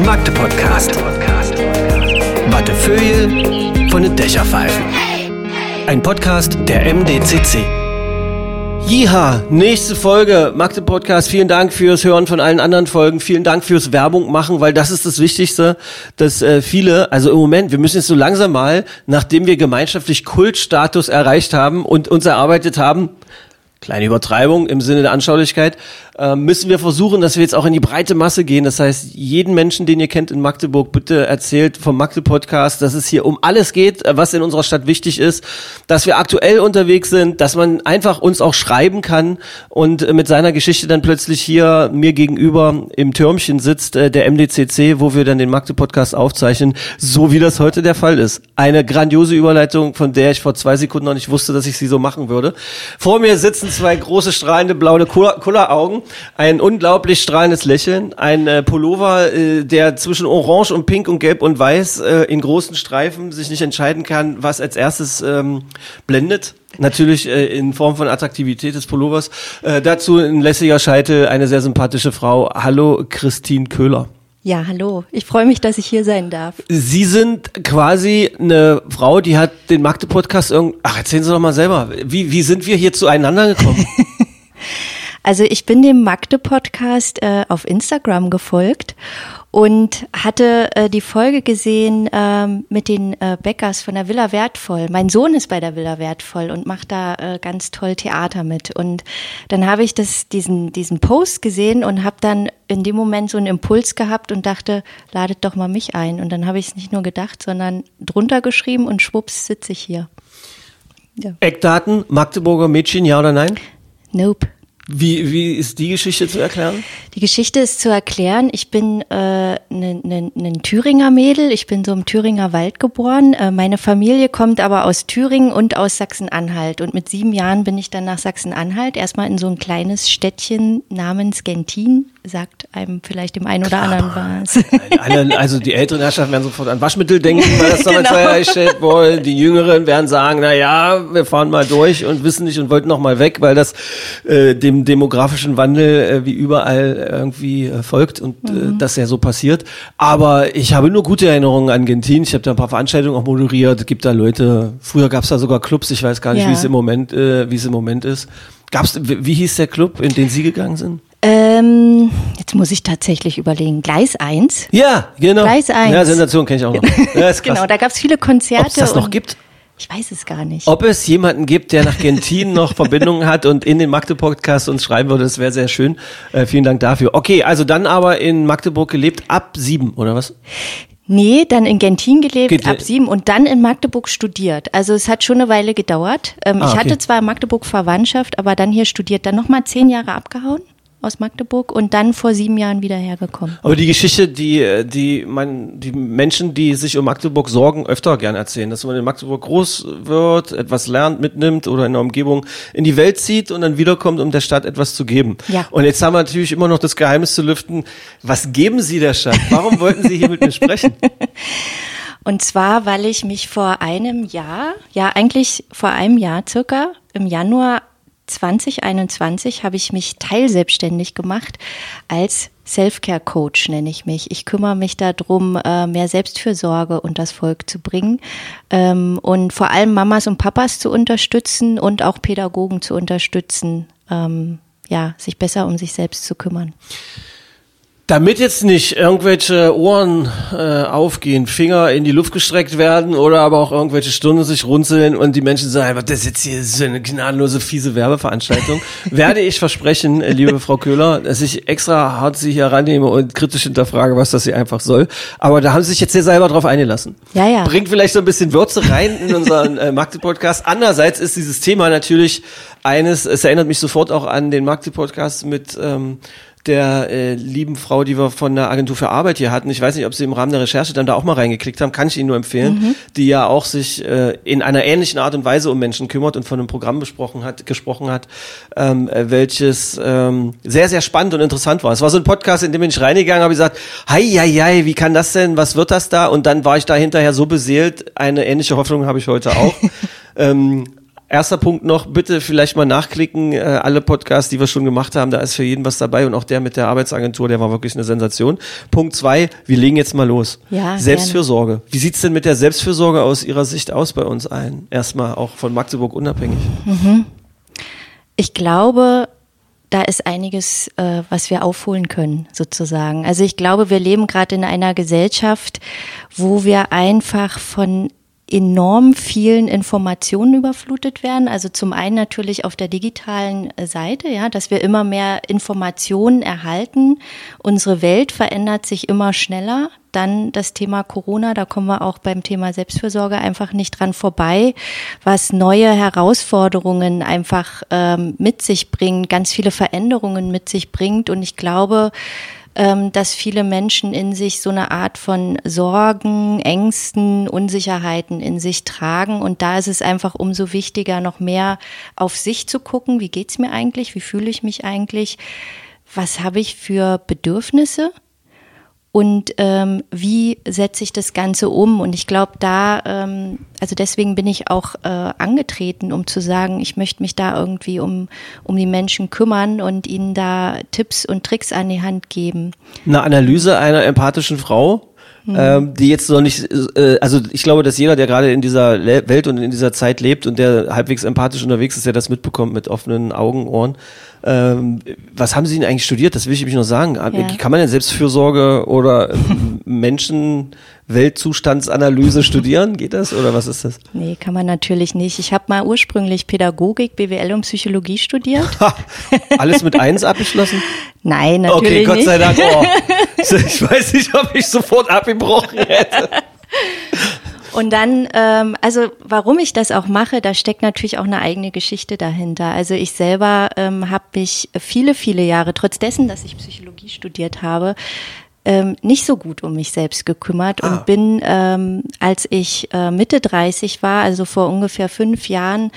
Magde-Podcast. Wattefeuille von den Dächerpfeifen. Ein Podcast der MDCC. Jiha, nächste Folge Magde-Podcast. Vielen Dank fürs Hören von allen anderen Folgen. Vielen Dank fürs Werbung machen, weil das ist das Wichtigste, dass viele, also im Moment, wir müssen jetzt so langsam mal, nachdem wir gemeinschaftlich Kultstatus erreicht haben und uns erarbeitet haben, kleine Übertreibung im Sinne der Anschaulichkeit, müssen wir versuchen, dass wir jetzt auch in die breite Masse gehen. Das heißt, jeden Menschen, den ihr kennt in Magdeburg, bitte erzählt vom Magde-Podcast, dass es hier um alles geht, was in unserer Stadt wichtig ist, dass wir aktuell unterwegs sind, dass man einfach uns auch schreiben kann und mit seiner Geschichte dann plötzlich hier mir gegenüber im Türmchen sitzt, der MDCC, wo wir dann den Magde-Podcast aufzeichnen, so wie das heute der Fall ist. Eine grandiose Überleitung, von der ich vor 2 Sekunden noch nicht wusste, dass ich sie so machen würde. Vor mir sitzen 2 große, strahlende, blaue Kulleraugen, ein unglaublich strahlendes Lächeln, ein Pullover, der zwischen Orange und Pink und Gelb und Weiß in großen Streifen sich nicht entscheiden kann, was als erstes blendet. Natürlich in Form von Attraktivität des Pullovers. Dazu ein lässiger Scheitel, eine sehr sympathische Frau. Hallo, Christine Köhler. Ja, hallo. Ich freue mich, dass ich hier sein darf. Sie sind quasi eine Frau, die hat den Magde-Podcast erzählen Sie doch mal selber. Wie sind wir hier zueinander gekommen? Also ich bin dem Magde-Podcast auf Instagram gefolgt und hatte die Folge gesehen mit den Bäckers von der Villa Wertvoll. Mein Sohn ist bei der Villa Wertvoll und macht da ganz toll Theater mit. Und dann habe ich diesen Post gesehen und habe dann in dem Moment so einen Impuls gehabt und dachte, ladet doch mal mich ein. Und dann habe ich es nicht nur gedacht, sondern drunter geschrieben und schwupps sitze ich hier. Ja. Eckdaten, Magdeburger Mädchen, ja oder nein? Nope. Wie ist die Geschichte zu erklären? Die Geschichte ist zu erklären, ich bin ein Thüringer Mädel, ich bin so im Thüringer Wald geboren. Meine Familie kommt aber aus Thüringen und aus Sachsen-Anhalt. Und mit 7 Jahren bin ich dann nach Sachsen-Anhalt, erstmal in so ein kleines Städtchen namens Gentin. Sagt einem vielleicht dem einen oder anderen was. Also die älteren Herrschaften werden sofort an Waschmittel denken, weil das damals hergestellt wurde. Die Jüngeren werden sagen, wir fahren mal durch und wissen nicht und wollten noch mal weg, weil das dem demografischen Wandel wie überall irgendwie folgt und das ja so passiert. Aber ich habe nur gute Erinnerungen an Gentin. Ich habe da ein paar Veranstaltungen auch moderiert. Es gibt da Leute, früher gab es da sogar Clubs, ich weiß gar nicht, wie es im Moment ist. Wie hieß der Club, in den Sie gegangen sind? Jetzt muss ich tatsächlich überlegen. Gleis 1? Ja, genau. Gleis 1. Ja, Sensation kenne ich auch noch. Ja, ist krass. Genau, da gab es viele Konzerte. Ob es das noch gibt? Ich weiß es gar nicht. Ob es jemanden gibt, der nach Gentin noch Verbindungen hat und in den Magde-Podcast uns schreiben würde, das wäre sehr schön. Vielen Dank dafür. Okay, also dann aber in Magdeburg gelebt ab 7, oder was? Nee, dann in Gentin gelebt, ab 7 und dann in Magdeburg studiert. Also es hat schon eine Weile gedauert. Ich hatte zwar in Magdeburg Verwandtschaft, aber dann hier studiert, dann nochmal 10 Jahre abgehauen aus Magdeburg und dann vor 7 Jahren wieder hergekommen. Aber die Geschichte, die Menschen, die sich um Magdeburg sorgen, öfter gern erzählen, dass man in Magdeburg groß wird, etwas lernt, mitnimmt oder in der Umgebung in die Welt zieht und dann wiederkommt, um der Stadt etwas zu geben. Ja. Und jetzt haben wir natürlich immer noch das Geheimnis zu lüften. Was geben Sie der Stadt? Warum wollten Sie hier mit mir sprechen? Und zwar, weil ich mich vor einem Jahr circa, im Januar 2021 habe ich mich teilselbstständig gemacht als Self-Care-Coach, nenne ich mich. Ich kümmere mich darum, mehr Selbstfürsorge unter das Volk zu bringen und vor allem Mamas und Papas zu unterstützen und auch Pädagogen zu unterstützen, sich besser um sich selbst zu kümmern. Damit jetzt nicht irgendwelche Ohren aufgehen, Finger in die Luft gestreckt werden oder aber auch irgendwelche Stirne sich runzeln und die Menschen sagen, was das jetzt hier ist, so eine gnadenlose, fiese Werbeveranstaltung, werde ich versprechen, liebe Frau Köhler, dass ich extra hart Sie hier rannehme und kritisch hinterfrage, was das hier einfach soll. Aber da haben Sie sich jetzt sehr selber drauf eingelassen. Ja. Bringt vielleicht so ein bisschen Würze rein in unseren Magde-Podcast. Andererseits ist dieses Thema natürlich es erinnert mich sofort auch an den Magde-Podcast mit der lieben Frau, die wir von der Agentur für Arbeit hier hatten. Ich weiß nicht, ob Sie im Rahmen der Recherche dann da auch mal reingeklickt haben, kann ich Ihnen nur empfehlen, die ja auch sich in einer ähnlichen Art und Weise um Menschen kümmert und von einem Programm gesprochen hat, welches sehr, sehr spannend und interessant war. Es war so ein Podcast, in dem bin ich reingegangen, habe gesagt, wie kann das denn, was wird das da? Und dann war ich da hinterher so beseelt, eine ähnliche Hoffnung habe ich heute auch. Erster Punkt noch, bitte vielleicht mal nachklicken, alle Podcasts, die wir schon gemacht haben, da ist für jeden was dabei und auch der mit der Arbeitsagentur, der war wirklich eine Sensation. Punkt 2, wir legen jetzt mal los. Ja, Selbstfürsorge. Gerne. Wie sieht's denn mit der Selbstfürsorge aus Ihrer Sicht aus bei uns allen? Erstmal auch von Magdeburg unabhängig. Ich glaube, da ist einiges, was wir aufholen können, sozusagen. Also ich glaube, wir leben gerade in einer Gesellschaft, wo wir einfach von enorm vielen Informationen überflutet werden. Also zum einen natürlich auf der digitalen Seite, ja, dass wir immer mehr Informationen erhalten. Unsere Welt verändert sich immer schneller. Dann das Thema Corona, da kommen wir auch beim Thema Selbstfürsorge einfach nicht dran vorbei, was neue Herausforderungen einfach mit sich bringt, ganz viele Veränderungen mit sich bringt. Und ich glaube, dass viele Menschen in sich so eine Art von Sorgen, Ängsten, Unsicherheiten in sich tragen. Und da ist es einfach umso wichtiger, noch mehr auf sich zu gucken. Wie geht's mir eigentlich? Wie fühle ich mich eigentlich? Was habe ich für Bedürfnisse? Und wie setze ich das Ganze um? Und ich glaube, also deswegen bin ich auch angetreten, um zu sagen, ich möchte mich da irgendwie um die Menschen kümmern und ihnen da Tipps und Tricks an die Hand geben. Eine Analyse einer empathischen Frau, die jetzt noch nicht, also ich glaube, dass jeder, der gerade in dieser Welt und in dieser Zeit lebt und der halbwegs empathisch unterwegs ist, der das mitbekommt mit offenen Augen, Ohren. Was haben Sie denn eigentlich studiert? Das will ich mich noch sagen. Ja. Kann man denn Selbstfürsorge oder Weltzustandsanalyse studieren? Geht das oder was ist das? Nee, kann man natürlich nicht. Ich habe mal ursprünglich Pädagogik, BWL und Psychologie studiert. Alles mit 1 abgeschlossen? Nein, natürlich nicht. Okay, Gott sei Dank. Oh. Ich weiß nicht, ob ich sofort abgebrochen hätte. Und dann, also warum ich das auch mache, da steckt natürlich auch eine eigene Geschichte dahinter. Also ich selber habe mich viele, viele Jahre, trotz dessen, dass ich Psychologie studiert habe, nicht so gut um mich selbst gekümmert und bin, als ich Mitte 30 war, also vor ungefähr 5 Jahren,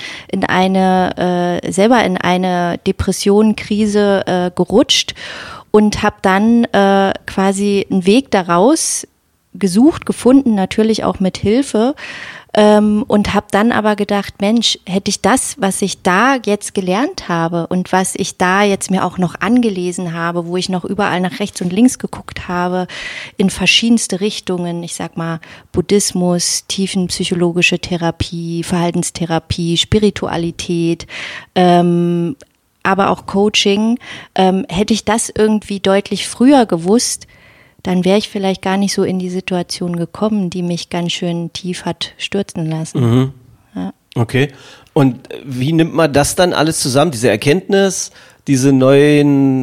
selber in eine Depression, Krise gerutscht und habe dann quasi einen Weg daraus gefunden, natürlich auch mit Hilfe, und habe dann aber gedacht, Mensch, hätte ich das, was ich da jetzt gelernt habe und was ich da jetzt mir auch noch angelesen habe, wo ich noch überall nach rechts und links geguckt habe, in verschiedenste Richtungen, ich sag mal Buddhismus, tiefenpsychologische Therapie, Verhaltenstherapie, Spiritualität, aber auch Coaching, hätte ich das irgendwie deutlich früher gewusst, dann wäre ich vielleicht gar nicht so in die Situation gekommen, die mich ganz schön tief hat stürzen lassen. Mhm. Ja. Okay. Und wie nimmt man das dann alles zusammen, diese Erkenntnis, diese neuen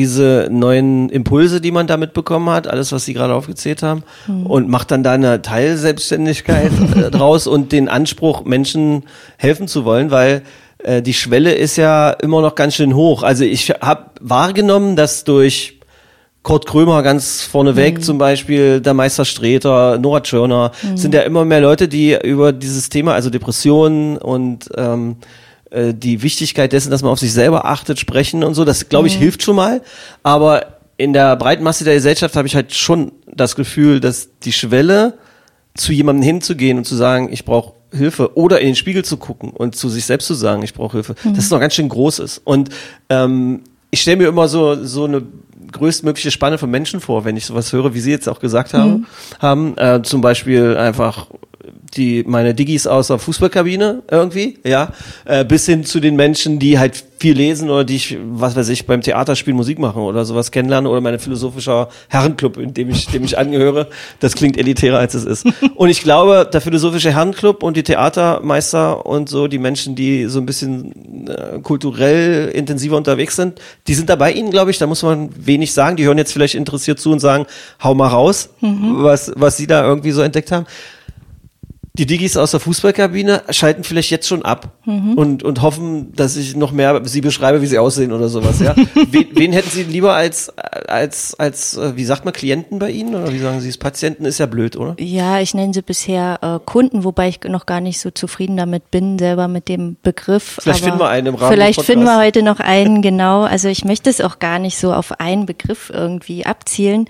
Impulse, die man da mitbekommen hat, alles, was Sie gerade aufgezählt haben, und macht dann da eine Teilselbstständigkeit draus und den Anspruch, Menschen helfen zu wollen, weil die Schwelle ist ja immer noch ganz schön hoch. Also ich habe wahrgenommen, dass durch Kurt Krömer ganz vorneweg zum Beispiel, der Meister Streter, Nora Tschirner, sind ja immer mehr Leute, die über dieses Thema, also Depressionen und die Wichtigkeit dessen, dass man auf sich selber achtet, sprechen und so. Das, glaube ich, hilft schon mal. Aber in der breiten Masse der Gesellschaft habe ich halt schon das Gefühl, dass die Schwelle, zu jemandem hinzugehen und zu sagen, ich brauche Hilfe, oder in den Spiegel zu gucken und zu sich selbst zu sagen, ich brauche Hilfe, dass es noch ganz schön groß ist. Und ich stelle mir immer so eine größtmögliche Spanne von Menschen vor, wenn ich sowas höre, wie Sie jetzt auch gesagt haben. Zum Beispiel einfach meine Diggis aus der Fußballkabine irgendwie, ja, bis hin zu den Menschen, die halt viel lesen oder die ich, was weiß ich, beim Theaterspiel Musik machen oder sowas kennenlerne oder meine philosophischer Herrenclub, dem ich angehöre. Das klingt elitärer, als es ist. Und ich glaube, der philosophische Herrenclub und die Theatermeister und so, die Menschen, die so ein bisschen kulturell intensiver unterwegs sind, die sind da bei Ihnen, glaube ich. Da muss man wenig sagen. Die hören jetzt vielleicht interessiert zu und sagen, hau mal raus, was Sie da irgendwie so entdeckt haben. Die Diggis aus der Fußballkabine schalten vielleicht jetzt schon ab und hoffen, dass ich noch mehr sie beschreibe, wie sie aussehen oder sowas, ja. Wen hätten Sie lieber als wie sagt man, Klienten bei Ihnen? Oder wie sagen Sie es? Patienten ist ja blöd, oder? Ja, ich nenne sie bisher Kunden, wobei ich noch gar nicht so zufrieden damit bin, selber mit dem Begriff. Vielleicht finden wir einen im Rahmen Vielleicht finden wir heute noch einen, genau. Also ich möchte es auch gar nicht so auf einen Begriff irgendwie abzielen.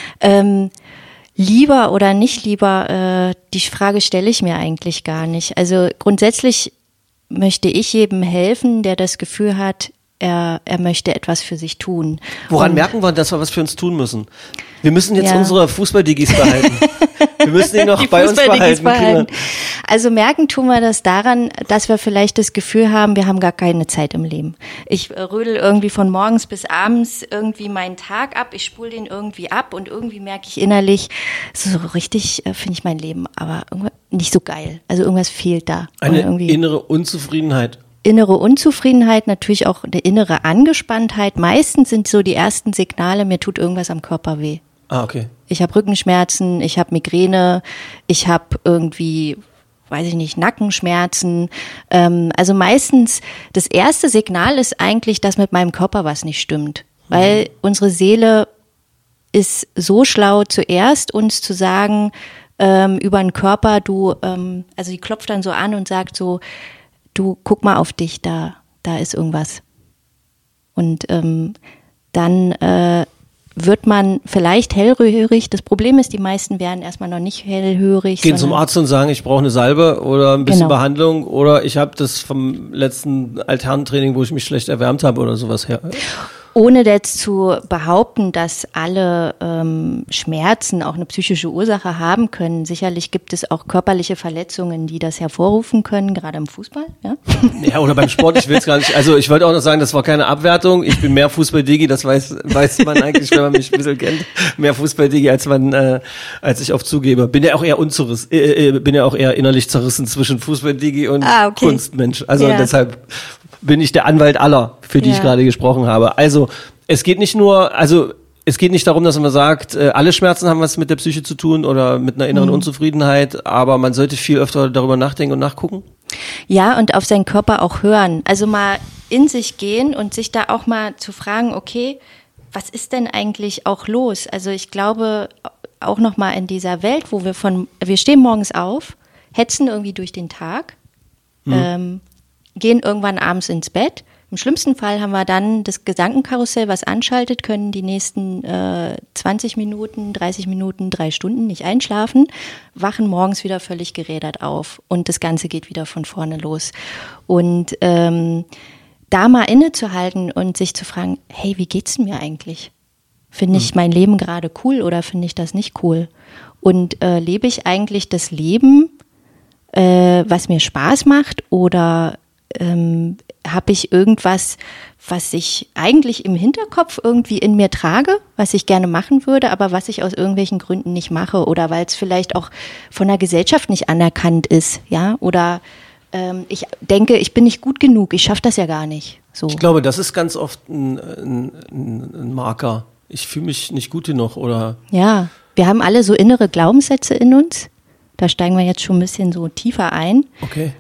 Lieber oder nicht lieber, die Frage stelle ich mir eigentlich gar nicht. Also grundsätzlich möchte ich jedem helfen, der das Gefühl hat, er möchte etwas für sich tun. Woran merken wir, dass wir was für uns tun müssen? Wir müssen jetzt unsere Fußball-Digis behalten. Wir müssen die noch bei uns behalten. Also merken tun wir das daran, dass wir vielleicht das Gefühl haben, wir haben gar keine Zeit im Leben. Ich rödel irgendwie von morgens bis abends irgendwie meinen Tag ab, ich spule den irgendwie ab und irgendwie merke ich innerlich, so richtig finde ich mein Leben aber nicht so geil. Also irgendwas fehlt da. Eine innere Unzufriedenheit. Innere Unzufriedenheit, natürlich auch eine innere Angespanntheit. Meistens sind so die ersten Signale, mir tut irgendwas am Körper weh. Ah, okay. Ich habe Rückenschmerzen, ich habe Migräne, ich habe irgendwie, weiß ich nicht, Nackenschmerzen. Also meistens das erste Signal ist eigentlich, dass mit meinem Körper was nicht stimmt. Weil unsere Seele ist so schlau, zuerst uns zu sagen, über den Körper, also die klopft dann so an und sagt so, du guck mal auf dich, da ist irgendwas. Und dann wird man vielleicht hellhörig. Das Problem ist, die meisten werden erstmal noch nicht hellhörig. Gehen zum Arzt und sagen, ich brauche eine Salbe oder ein bisschen Behandlung oder ich habe das vom letzten Alterntraining, wo ich mich schlecht erwärmt habe oder sowas her. Ohne jetzt zu behaupten, dass alle Schmerzen auch eine psychische Ursache haben können. Sicherlich gibt es auch körperliche Verletzungen, die das hervorrufen können, gerade im Fußball. Ja, oder beim Sport, ich will es gar nicht. Also ich wollte auch noch sagen, das war keine Abwertung. Ich bin mehr Fußball-Digi, das weiß man eigentlich, wenn man mich ein bisschen kennt. Mehr Fußball-Digi, als ich oft zugebe. Bin ja auch eher innerlich zerrissen zwischen Fußball-Digi und Kunstmensch. Also deshalb bin ich der Anwalt aller, für die ich gerade gesprochen habe. Also es geht nicht darum, dass man sagt, alle Schmerzen haben was mit der Psyche zu tun oder mit einer inneren Unzufriedenheit, aber man sollte viel öfter darüber nachdenken und nachgucken. Ja, und auf seinen Körper auch hören. Also mal in sich gehen und sich da auch mal zu fragen, okay, was ist denn eigentlich auch los? Also ich glaube auch noch mal in dieser Welt, wo wir stehen morgens auf, hetzen irgendwie durch den Tag, gehen irgendwann abends ins Bett. Im schlimmsten Fall haben wir dann das Gedankenkarussell, was anschaltet, können die nächsten 20 Minuten, 30 Minuten, 3 Stunden nicht einschlafen, wachen morgens wieder völlig gerädert auf und das Ganze geht wieder von vorne los. Und da mal innezuhalten und sich zu fragen, hey, wie geht's denn mir eigentlich? Finde ich mein Leben gerade cool oder finde ich das nicht cool? Und lebe ich eigentlich das Leben, was mir Spaß macht oder habe ich irgendwas, was ich eigentlich im Hinterkopf irgendwie in mir trage, was ich gerne machen würde, aber was ich aus irgendwelchen Gründen nicht mache oder weil es vielleicht auch von der Gesellschaft nicht anerkannt ist, ja, oder ich denke, ich bin nicht gut genug, ich schaffe das ja gar nicht. So. Ich glaube, das ist ganz oft ein Marker. Ich fühle mich nicht gut genug oder. Ja, wir haben alle so innere Glaubenssätze in uns. Da steigen wir jetzt schon ein bisschen so tiefer ein. Okay.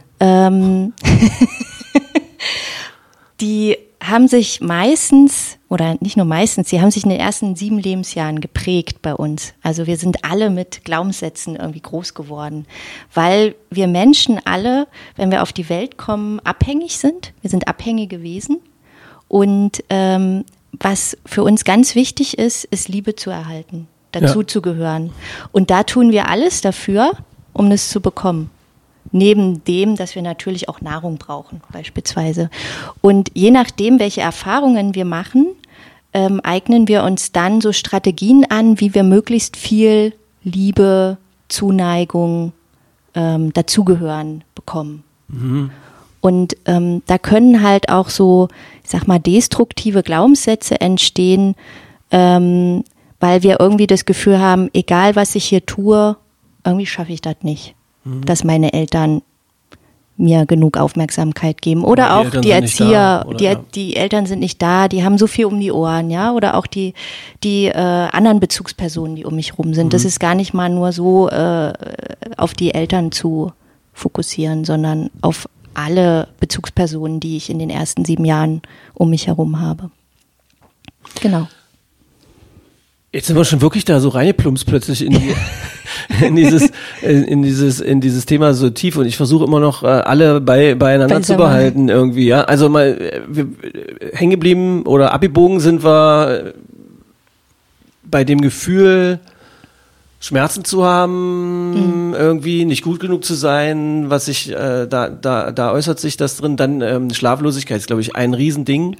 Die haben sich meistens, oder nicht nur meistens, die haben sich in den ersten 7 Lebensjahren geprägt bei uns. Also wir sind alle mit Glaubenssätzen irgendwie groß geworden, weil wir Menschen alle, wenn wir auf die Welt kommen, abhängig sind. Wir sind abhängige Wesen und was für uns ganz wichtig ist Liebe zu erhalten, dazu zu gehören. Und da tun wir alles dafür, um das zu bekommen. Neben dem, dass wir natürlich auch Nahrung brauchen, beispielsweise. Und je nachdem, welche Erfahrungen wir machen, eignen wir uns dann so Strategien an, wie wir möglichst viel Liebe, Zuneigung, Dazugehören bekommen. Mhm. Und da können halt auch so, ich sag mal, destruktive Glaubenssätze entstehen, weil wir irgendwie das Gefühl haben, egal was ich hier tue, irgendwie schaffe ich das nicht. Dass meine Eltern mir genug Aufmerksamkeit geben. Oder auch die Erzieher, die Eltern sind nicht da, die haben so viel um die Ohren, ja. Oder auch die anderen Bezugspersonen, die um mich rum sind. Das ist gar nicht mal nur so auf die Eltern zu fokussieren, sondern auf alle Bezugspersonen, die ich in den ersten 7 Jahren um mich herum habe. Genau. Jetzt sind wir schon wirklich da so reingeplumpst plötzlich in dieses Thema so tief und ich versuche immer noch alle beieinander zu behalten irgendwie, ja. Also mal hängen geblieben oder abgebogen sind wir bei dem Gefühl, Schmerzen zu haben, irgendwie nicht gut genug zu sein, was sich, da äußert sich das drin. Dann Schlaflosigkeit ist, glaube ich, ein Riesending.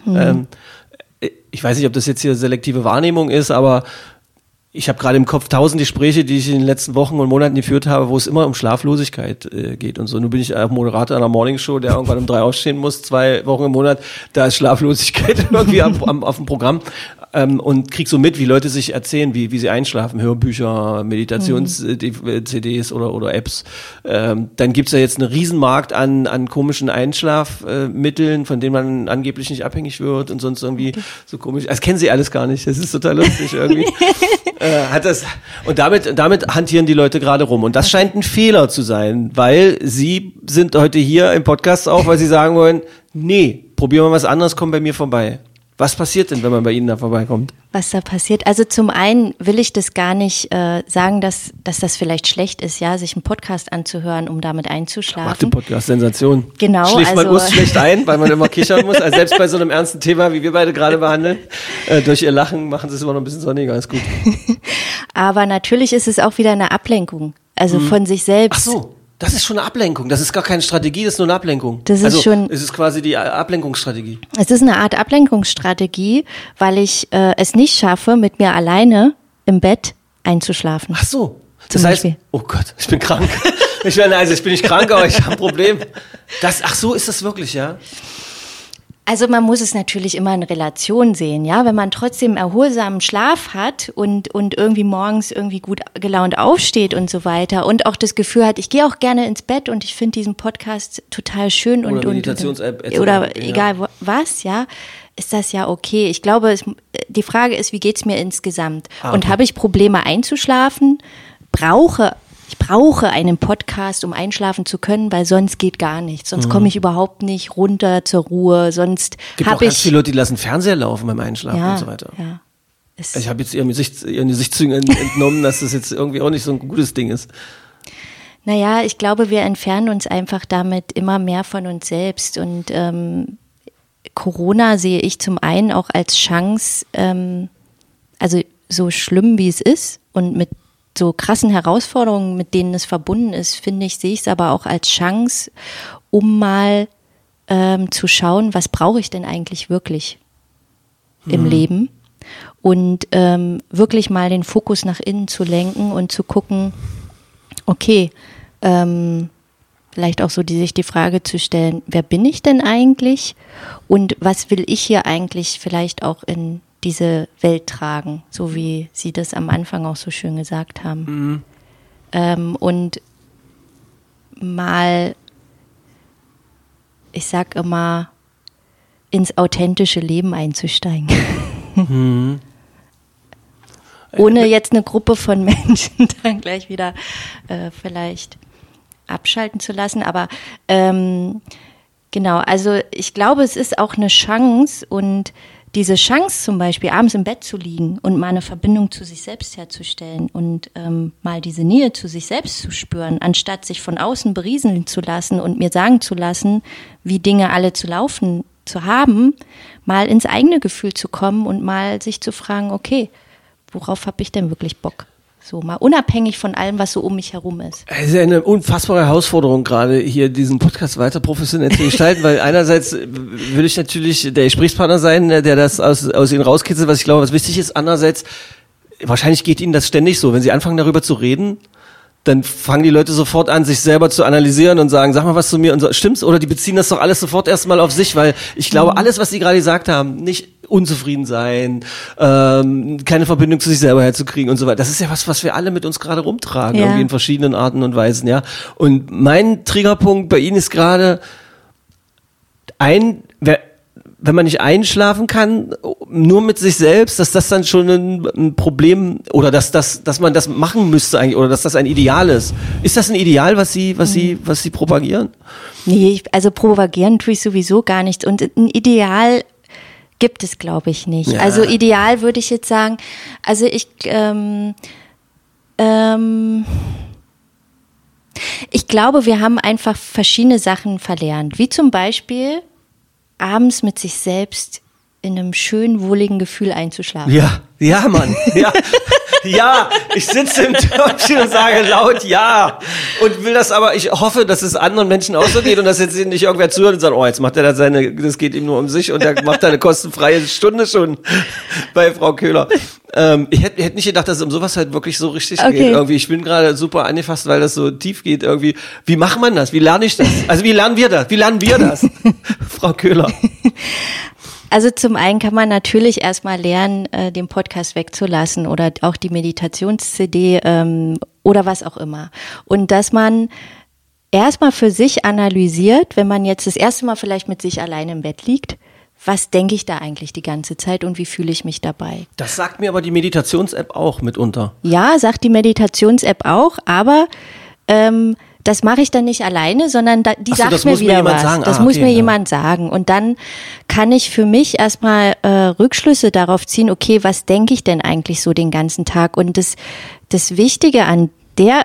Ich weiß nicht, ob das jetzt hier selektive Wahrnehmung ist, aber ich habe gerade im Kopf 1000 Gespräche, die ich in den letzten Wochen und Monaten geführt habe, wo es immer um Schlaflosigkeit geht und so. Nun bin ich auch Moderator einer Morningshow, der irgendwann um 3 aufstehen muss, 2 Wochen im Monat. Da ist Schlaflosigkeit irgendwie auf dem Programm. Und krieg so mit, wie Leute sich erzählen, wie sie einschlafen, Hörbücher, Meditations-CDs oder Apps. Dann gibt's ja jetzt einen Riesenmarkt an komischen Einschlafmitteln, von denen man angeblich nicht abhängig wird und sonst irgendwie so komisch. Das kennen sie alles gar nicht. Das ist total lustig irgendwie. Und damit hantieren die Leute gerade rum. Und das scheint ein Fehler zu sein, weil sie sind heute hier im Podcast auch, weil sie sagen wollen, nee, probieren wir was anderes, komm bei mir vorbei. Was passiert denn, wenn man bei Ihnen da vorbeikommt? Was da passiert? Also zum einen will ich das gar nicht sagen, dass das vielleicht schlecht ist, ja, sich einen Podcast anzuhören, um damit einzuschlafen. Macht den Podcast Sensation. Genau. Schläft man schlecht ein, weil man immer kichern muss. Also selbst bei so einem ernsten Thema, wie wir beide gerade behandeln, durch ihr Lachen machen sie es immer noch ein bisschen sonniger, ist gut. Aber natürlich ist es auch wieder eine Ablenkung, also von sich selbst. Ach so. Das ist schon eine Ablenkung. Das ist gar keine Strategie, das ist nur eine Ablenkung. Es ist quasi die Ablenkungsstrategie. Es ist eine Art Ablenkungsstrategie, weil ich es nicht schaffe, mit mir alleine im Bett einzuschlafen. Ach so. Das heißt, oh Gott, ich bin krank. Ich bin nicht krank, aber ich habe ein Problem. Ach so ist das wirklich, ja? Also man muss es natürlich immer in Relation sehen, ja. Wenn man trotzdem erholsamen Schlaf hat und irgendwie morgens irgendwie gut gelaunt aufsteht und so weiter und auch das Gefühl hat, ich gehe auch gerne ins Bett und ich finde diesen Podcast total schön oder Meditations-App oder egal was, ja, ist das ja okay. Ich glaube, die Frage ist, wie geht's mir insgesamt? Okay. Und habe ich Probleme einzuschlafen? Ich brauche einen Podcast, um einschlafen zu können, weil sonst geht gar nichts. Sonst komme ich überhaupt nicht runter zur Ruhe. Sonst habe ich... Gibt auch ganz viele Leute, die lassen Fernseher laufen beim Einschlafen und so weiter. Ja. Ich habe jetzt ihren Gesichtszügen entnommen, dass das jetzt irgendwie auch nicht so ein gutes Ding ist. Naja, ich glaube, wir entfernen uns einfach damit immer mehr von uns selbst. Und Corona sehe ich zum einen auch als Chance, also so schlimm wie es ist und mit so krassen Herausforderungen, mit denen es verbunden ist, finde ich, sehe ich es aber auch als Chance, um mal zu schauen, was brauche ich denn eigentlich wirklich im Leben und wirklich mal den Fokus nach innen zu lenken und zu gucken, okay, vielleicht auch so sich die Frage zu stellen, wer bin ich denn eigentlich und was will ich hier eigentlich vielleicht auch in diese Welt tragen, so wie Sie das am Anfang auch so schön gesagt haben. Und mal, ich sag immer, ins authentische Leben einzusteigen. Ohne jetzt eine Gruppe von Menschen dann gleich wieder vielleicht abschalten zu lassen. Aber genau, also ich glaube, es ist auch eine Chance und diese Chance zum Beispiel, abends im Bett zu liegen und mal eine Verbindung zu sich selbst herzustellen und mal diese Nähe zu sich selbst zu spüren, anstatt sich von außen berieseln zu lassen und mir sagen zu lassen, wie Dinge alle zu laufen zu haben, mal ins eigene Gefühl zu kommen und mal sich zu fragen, okay, worauf habe ich denn wirklich Bock? So mal unabhängig von allem, was so um mich herum ist. Es ist eine unfassbare Herausforderung, gerade hier diesen Podcast weiter professionell zu gestalten, weil einerseits will ich natürlich der Gesprächspartner sein, der das aus Ihnen rauskitzelt, was ich glaube, was wichtig ist. Andererseits, wahrscheinlich geht Ihnen das ständig so, wenn Sie anfangen darüber zu reden, dann fangen die Leute sofort an, sich selber zu analysieren und sagen, sag mal was zu mir und so. Stimmt's? Oder die beziehen das doch alles sofort erstmal auf sich, weil ich glaube, alles, was Sie gerade gesagt haben, nicht unzufrieden sein, keine Verbindung zu sich selber herzukriegen und so weiter. Das ist ja was wir alle mit uns gerade rumtragen, irgendwie in verschiedenen Arten und Weisen, ja. Und mein Triggerpunkt bei Ihnen ist gerade wenn man nicht einschlafen kann, nur mit sich selbst, dass das dann schon ein Problem oder dass man das machen müsste eigentlich oder dass das ein Ideal ist. Ist das ein Ideal, was Sie propagieren? Nee, also propagieren tue ich sowieso gar nicht. Und ein Ideal gibt es, glaube ich, nicht. Ja. Also ideal würde ich jetzt sagen, also ich glaube, wir haben einfach verschiedene Sachen verlernt, wie zum Beispiel abends mit sich selbst in einem schönen, wohligen Gefühl einzuschlafen. Ja, Mann. Ja. Ja, ich sitze im Töpfchen und sage laut ja. Und will das aber, ich hoffe, dass es anderen Menschen auch so geht und dass jetzt nicht irgendwer zuhört und sagt, oh, jetzt macht er da das geht ihm nur um sich und er macht da eine kostenfreie Stunde schon bei Frau Köhler. Ich hätte nicht gedacht, dass es um sowas halt wirklich so richtig geht. Irgendwie, ich bin gerade super angefasst, weil das so tief geht irgendwie. Wie macht man das? Wie lerne ich das? Also wie lernen wir das? Wie lernen wir das? Frau Köhler. Also zum einen kann man natürlich erstmal lernen, den Podcast wegzulassen oder auch die Meditations-CD oder was auch immer. Und dass man erstmal für sich analysiert, wenn man jetzt das erste Mal vielleicht mit sich allein im Bett liegt, was denke ich da eigentlich die ganze Zeit und wie fühle ich mich dabei? Das sagt mir aber die Meditations-App auch mitunter. Ja, sagt die Meditations-App auch, aber das mache ich dann nicht alleine, sondern die sagt mir wieder was. Das muss mir jemand sagen. Und dann kann ich für mich erstmal Rückschlüsse darauf ziehen, okay, was denke ich denn eigentlich so den ganzen Tag? Und das Wichtige an der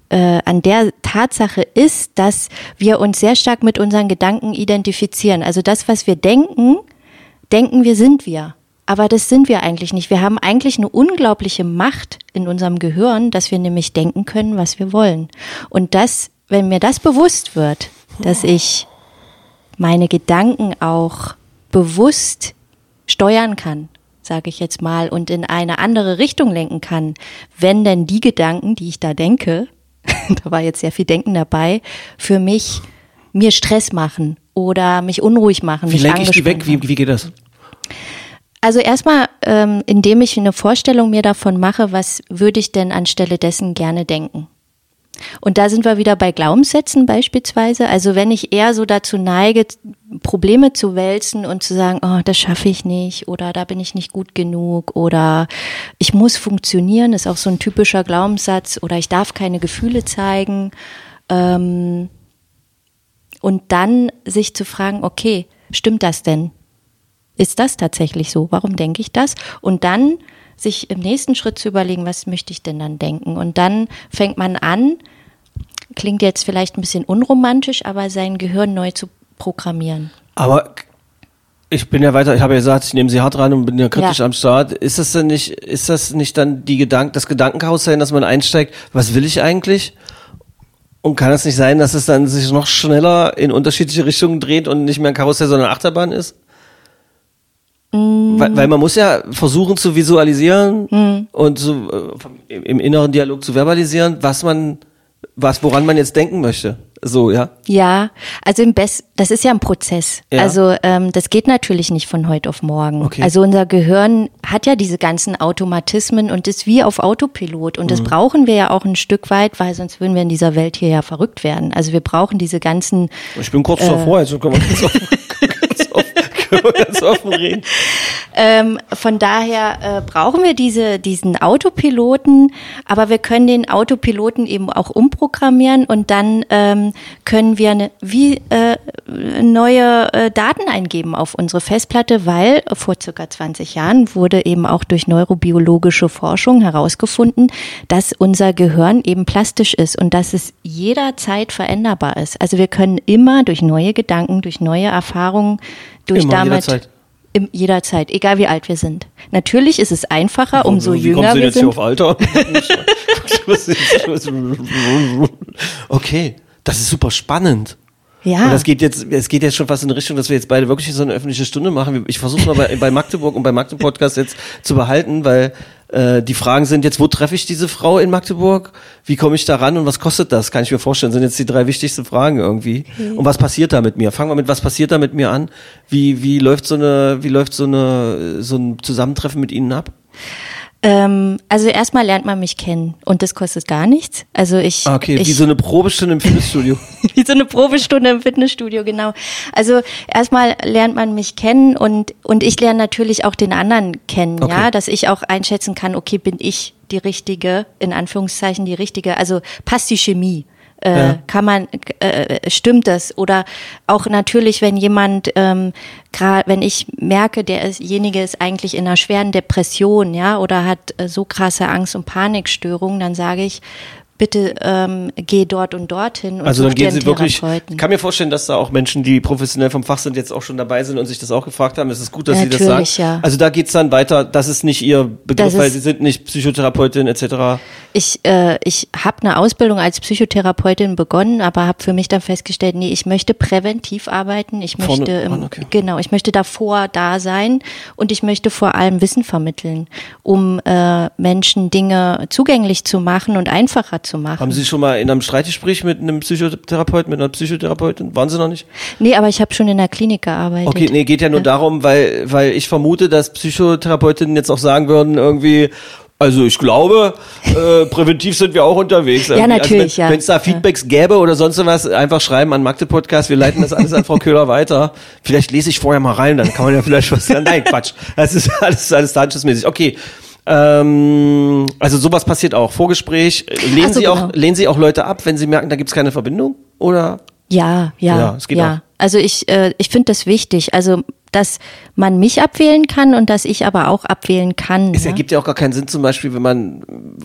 Tatsache ist, dass wir uns sehr stark mit unseren Gedanken identifizieren. Also das, was wir denken wir sind wir. Aber das sind wir eigentlich nicht. Wir haben eigentlich eine unglaubliche Macht in unserem Gehirn, dass wir nämlich denken können, was wir wollen. Und das, wenn mir das bewusst wird, dass ich meine Gedanken auch bewusst steuern kann, sage ich jetzt mal, und in eine andere Richtung lenken kann, wenn denn die Gedanken, die ich da denke, da war jetzt sehr viel Denken dabei, für mich mir Stress machen oder mich unruhig machen. Wie lenke ich die weg? Wie geht das? Also erstmal, indem ich eine Vorstellung mir davon mache, was würde ich denn anstelle dessen gerne denken. Und da sind wir wieder bei Glaubenssätzen beispielsweise. Also wenn ich eher so dazu neige, Probleme zu wälzen und zu sagen, oh, das schaffe ich nicht oder da bin ich nicht gut genug oder ich muss funktionieren, ist auch so ein typischer Glaubenssatz, oder ich darf keine Gefühle zeigen. Und dann sich zu fragen, okay, stimmt das denn? Ist das tatsächlich so? Warum denke ich das? Und dann sich im nächsten Schritt zu überlegen, was möchte ich denn dann denken? Und dann fängt man an, klingt jetzt vielleicht ein bisschen unromantisch, aber sein Gehirn neu zu programmieren. Aber ich bin ja weiter, ich habe ja gesagt, ich nehme Sie hart ran und bin ja kritisch am Start. Ist das nicht dann das Gedankenkarussell, dass man einsteigt, was will ich eigentlich? Und kann es nicht sein, dass es dann sich noch schneller in unterschiedliche Richtungen dreht und nicht mehr ein Karussell, sondern eine Achterbahn ist? Weil man muss ja versuchen zu visualisieren und so, im inneren Dialog zu verbalisieren, woran man jetzt denken möchte. So, ja? Ja, also das ist ja ein Prozess. Ja. Also das geht natürlich nicht von heute auf morgen. Okay. Also unser Gehirn hat ja diese ganzen Automatismen und ist wie auf Autopilot. Und das brauchen wir ja auch ein Stück weit, weil sonst würden wir in dieser Welt hier ja verrückt werden. Also wir brauchen diese ganzen... Ich bin kurz davor, also können wir ganz offen reden. Von daher brauchen wir diesen Autopiloten, aber wir können den Autopiloten eben auch umprogrammieren und dann können wir neue Daten eingeben auf unsere Festplatte, weil vor circa 20 Jahren wurde eben auch durch neurobiologische Forschung herausgefunden, dass unser Gehirn eben plastisch ist und dass es jederzeit veränderbar ist. Also wir können immer durch neue Gedanken, durch neue Erfahrungen, jederzeit, egal wie alt wir sind. Natürlich ist es einfacher, umso jünger wir sind. Wie kommst du jetzt hier auf Alter? Okay, das ist super spannend. Ja. Und es geht jetzt schon fast in Richtung, dass wir jetzt beide wirklich so eine öffentliche Stunde machen. Ich versuche es mal bei Magdeburg und bei Magdeburg Podcast jetzt zu behalten, weil die Fragen sind jetzt, wo treffe ich diese Frau in Magdeburg? Wie komme ich da ran und was kostet das? Kann ich mir vorstellen, sind jetzt die 3 wichtigsten Fragen irgendwie. Und was passiert da mit mir? Fangen wir mit, was passiert da mit mir an? Wie läuft so ein Zusammentreffen mit Ihnen ab? Also erstmal lernt man mich kennen und das kostet gar nichts. Also wie so eine Probestunde im Fitnessstudio. Wie so eine Probestunde im Fitnessstudio, genau. Also erstmal lernt man mich kennen und ich lerne natürlich auch den anderen kennen, okay. Ja, dass ich auch einschätzen kann, okay, bin ich die richtige, in Anführungszeichen die richtige, also passt die Chemie. Stimmt das? Oder auch natürlich, wenn jemand, wenn ich merke, derjenige ist eigentlich in einer schweren Depression, ja, oder hat so krasse Angst- und Panikstörungen, dann sage ich, bitte geh dort und dorthin und also such dann dir gehen einen Sie wirklich, Therapeuten. ich kann mir vorstellen, dass da auch Menschen, die professionell vom Fach sind, jetzt auch schon dabei sind und sich das auch gefragt haben. Es ist gut, dass Sie das sagen. Natürlich, ja. Also da geht's dann weiter, das ist nicht Ihr Begriff, Das weil ist- Sie sind nicht Psychotherapeutin etc. Ich habe eine Ausbildung als Psychotherapeutin begonnen, aber habe für mich dann festgestellt, nee, ich möchte präventiv arbeiten. Ich Vorne möchte dran, okay. genau, ich möchte davor da sein und ich möchte vor allem Wissen vermitteln, um Menschen Dinge zugänglich zu machen und einfacher zu machen. Haben Sie schon mal in einem Streitgespräch mit einem Psychotherapeuten, mit einer Psychotherapeutin? Waren Sie noch nicht? Nee, aber ich habe schon in der Klinik gearbeitet. Okay, nee, geht ja nur darum, weil ich vermute, dass Psychotherapeutinnen jetzt auch sagen würden, irgendwie, also ich glaube, präventiv sind wir auch unterwegs. Ja, natürlich, also ja. Wenn es da Feedbacks gäbe oder sonst was, einfach schreiben an Magde Podcast, wir leiten das alles an Frau Köhler weiter. Vielleicht lese ich vorher mal rein, dann kann man ja vielleicht was sagen. Nein, Quatsch. Das ist alles datenschutzmäßig. Okay. Also sowas passiert auch. Vorgespräch. Lehnen Ach so, Sie genau. lehnen Sie auch Leute ab, wenn Sie merken, da gibt's keine Verbindung? Oder? Ja, es geht auch. Also ich finde das wichtig. Also, dass man mich abwählen kann und dass ich aber auch abwählen kann. Es ne? ergibt ja auch gar keinen Sinn, zum Beispiel, wenn man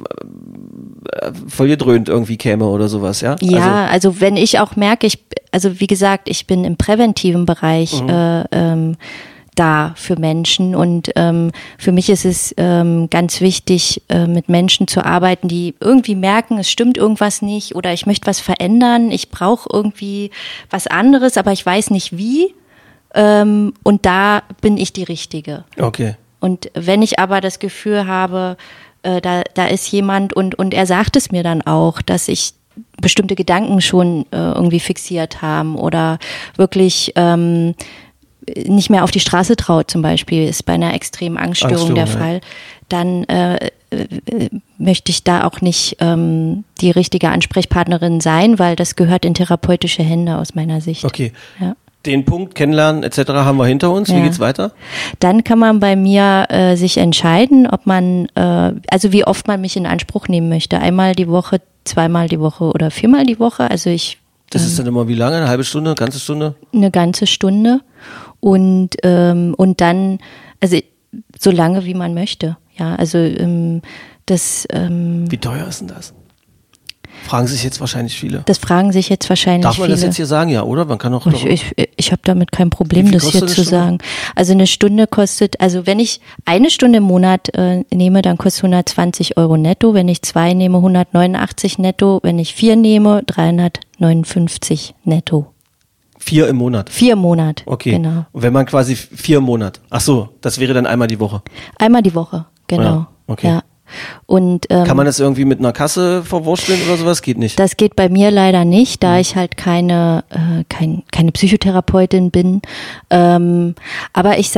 voll gedröhnt irgendwie käme oder sowas, ja? Ja, also wenn ich auch merke, also wie gesagt, ich bin im präventiven Bereich da für Menschen und für mich ist es ganz wichtig, mit Menschen zu arbeiten, die irgendwie merken, es stimmt irgendwas nicht oder ich möchte was verändern, ich brauche irgendwie was anderes, aber ich weiß nicht wie und da bin ich die Richtige. Okay. Und wenn ich aber das Gefühl habe, da ist jemand und er sagt es mir dann auch, dass ich bestimmte Gedanken schon irgendwie fixiert haben oder wirklich nicht mehr auf die Straße traut zum Beispiel, ist bei einer extremen Angststörung der Fall, dann möchte ich da auch nicht die richtige Ansprechpartnerin sein, weil das gehört in therapeutische Hände aus meiner Sicht. Okay. Ja. Den Punkt kennenlernen etc. haben wir hinter uns. Wie Ja. geht's weiter? Dann kann man bei mir sich entscheiden, ob man, also wie oft man mich in Anspruch nehmen möchte. Einmal die Woche, zweimal die Woche oder viermal die Woche. Also Das ist dann immer wie lange? Eine halbe Stunde, eine ganze Stunde? eine ganze Stunde und dann, also so lange wie man möchte. Ja, also das. Wie teuer ist denn das? Fragen sich jetzt wahrscheinlich viele. Das fragen sich jetzt wahrscheinlich Darf man viele. das jetzt hier sagen, ja, oder? Man kann auch. Ich habe damit kein Problem, Wie viel das hier kostet zu eine Stunde? sagen. Also eine Stunde kostet, also wenn ich eine Stunde im Monat nehme, dann kostet 120 Euro netto. Wenn ich 2 nehme, 189 netto. Wenn ich 4 nehme, 359 netto. 4 im Monat. 4 im Monat. Okay. Genau. Und wenn man quasi 4 im Monat. Ach so, das wäre dann einmal die Woche. Einmal die Woche, genau. Ja, okay. Ja. Und Kann man das irgendwie mit einer Kasse verwursteln oder sowas? Geht nicht. das geht bei mir leider nicht, da ich halt keine Psychotherapeutin bin. Aber ich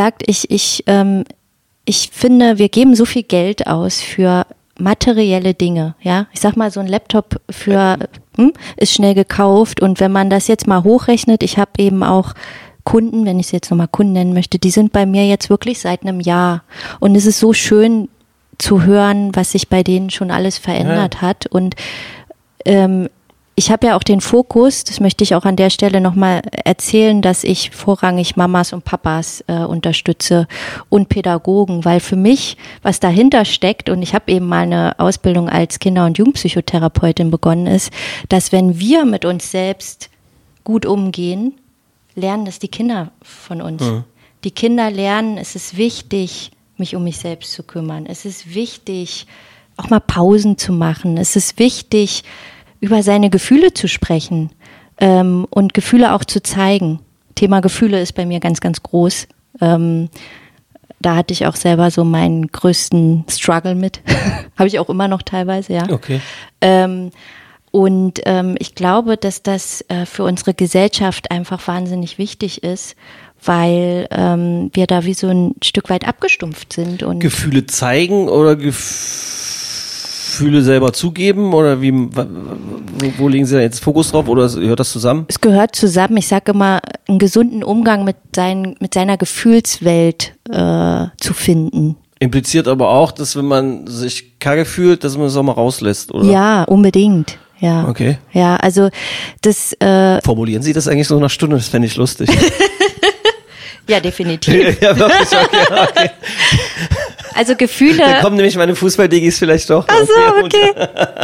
finde, wir geben so viel Geld aus für materielle Dinge, ja. Ich sag mal, so ein Laptop ist schnell gekauft und wenn man das jetzt mal hochrechnet, ich habe eben auch Kunden, wenn ich sie jetzt nochmal Kunden nennen möchte, die sind bei mir jetzt wirklich seit einem Jahr und es ist so schön zu hören, was sich bei denen schon alles verändert hat und ich habe ja auch den Fokus, das möchte ich auch an der Stelle nochmal erzählen, dass ich vorrangig Mamas und Papas unterstütze und Pädagogen, weil für mich, was dahinter steckt, und ich habe eben mal eine Ausbildung als Kinder- und Jugendpsychotherapeutin begonnen, ist, dass wenn wir mit uns selbst gut umgehen, lernen das die Kinder von uns. Mhm. Die Kinder lernen, es ist wichtig, mich um mich selbst zu kümmern. Es ist wichtig, auch mal Pausen zu machen. Es ist wichtig, über seine Gefühle zu sprechen und Gefühle auch zu zeigen. Thema Gefühle ist bei mir ganz, ganz groß. Da hatte ich auch selber so meinen größten Struggle mit. Habe ich auch immer noch teilweise, ja. Okay. Und ich glaube, dass das für unsere Gesellschaft einfach wahnsinnig wichtig ist, weil wir da wie so ein Stück weit abgestumpft sind. Und Gefühle zeigen oder Gefühle selber zugeben oder wo legen Sie da jetzt Fokus drauf oder gehört das zusammen? Es gehört zusammen. Ich sage immer, einen gesunden Umgang mit seiner Gefühlswelt zu finden. Impliziert aber auch, dass wenn man sich kacke fühlt, dass man es auch mal rauslässt, oder? Ja, unbedingt. Ja. Okay. Ja, also das. Formulieren Sie das eigentlich so nach Stunde? Das fände ich lustig. Ja, definitiv. Ja, wirklich, okay. Also Gefühle. Da kommen nämlich meine Fußballdiggis vielleicht doch. Ach so, okay.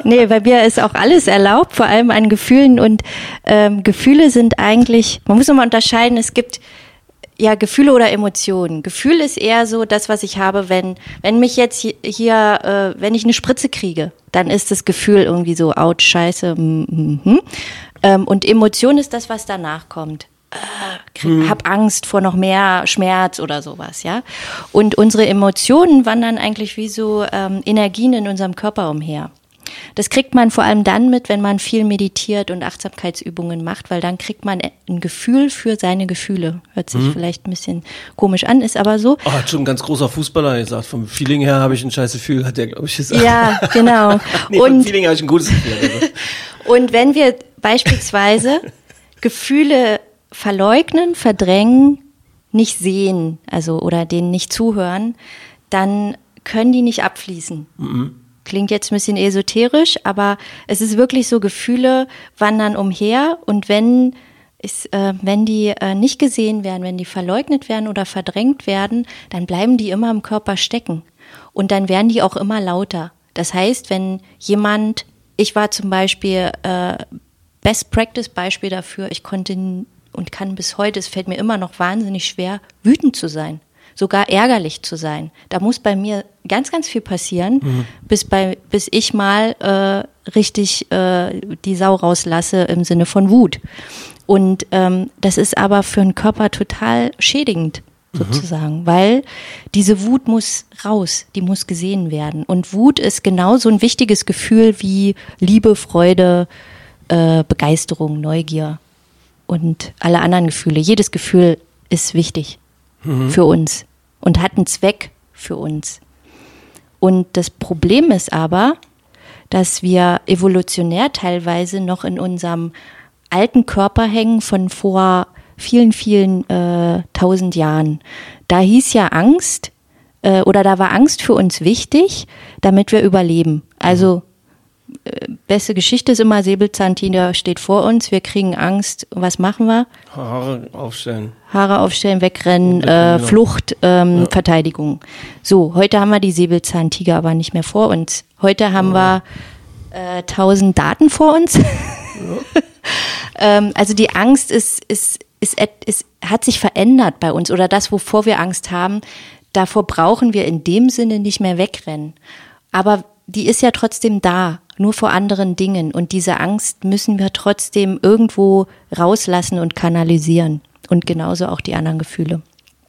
Nee, bei mir ist auch alles erlaubt, vor allem an Gefühlen. Und Gefühle sind eigentlich, man muss nochmal unterscheiden, es gibt ja Gefühle oder Emotionen. Gefühl ist eher so das, was ich habe, wenn mich jetzt hier, wenn ich eine Spritze kriege, dann ist das Gefühl irgendwie so, ouch, scheiße. Und Emotion ist das, was danach kommt. Hab Angst vor noch mehr Schmerz oder sowas, ja. Und unsere Emotionen wandern eigentlich wie so Energien in unserem Körper umher. Das kriegt man vor allem dann mit, wenn man viel meditiert und Achtsamkeitsübungen macht, weil dann kriegt man ein Gefühl für seine Gefühle. Hört sich vielleicht ein bisschen komisch an, ist aber so. Hat schon ein ganz großer Fußballer gesagt. Vom Feeling her habe ich ein scheiß Gefühl, hat der, glaube ich, gesagt. Ja, genau. Vom Feeling habe ich ein gutes Gefühl. Also. Und wenn wir beispielsweise Gefühle verleugnen, verdrängen, nicht sehen, also oder denen nicht zuhören, dann können die nicht abfließen. Klingt jetzt ein bisschen esoterisch, aber es ist wirklich so, Gefühle wandern umher und wenn die nicht gesehen werden, wenn die verleugnet werden oder verdrängt werden, dann bleiben die immer im Körper stecken und dann werden die auch immer lauter. Das heißt, wenn jemand, ich war zum Beispiel Best Practice Beispiel dafür, ich konnte und kann bis heute, es fällt mir immer noch wahnsinnig schwer, wütend zu sein, sogar ärgerlich zu sein. Da muss bei mir ganz, ganz viel passieren, bis ich mal richtig die Sau rauslasse im Sinne von Wut. Und das ist aber für den Körper total schädigend sozusagen, weil diese Wut muss raus, die muss gesehen werden. Und Wut ist genauso ein wichtiges Gefühl wie Liebe, Freude, Begeisterung, Neugier und alle anderen Gefühle. Jedes Gefühl ist wichtig für uns und hat einen Zweck für uns. Und das Problem ist aber, dass wir evolutionär teilweise noch in unserem alten Körper hängen von vor vielen, vielen 1000 Jahren. Da hieß ja Angst oder da war Angst für uns wichtig, damit wir überleben. Also beste Geschichte ist immer, Säbelzahntiger steht vor uns, wir kriegen Angst, was machen wir? Haare aufstellen, wegrennen, Flucht, Verteidigung. So, heute haben wir die Säbelzahntiger aber nicht mehr vor uns. Heute haben wir 1000 Daten vor uns. Also die Angst hat sich verändert bei uns oder das, wovor wir Angst haben, davor brauchen wir in dem Sinne nicht mehr wegrennen. Aber die ist ja trotzdem da, nur vor anderen Dingen. Und diese Angst müssen wir trotzdem irgendwo rauslassen und kanalisieren. Und genauso auch die anderen Gefühle.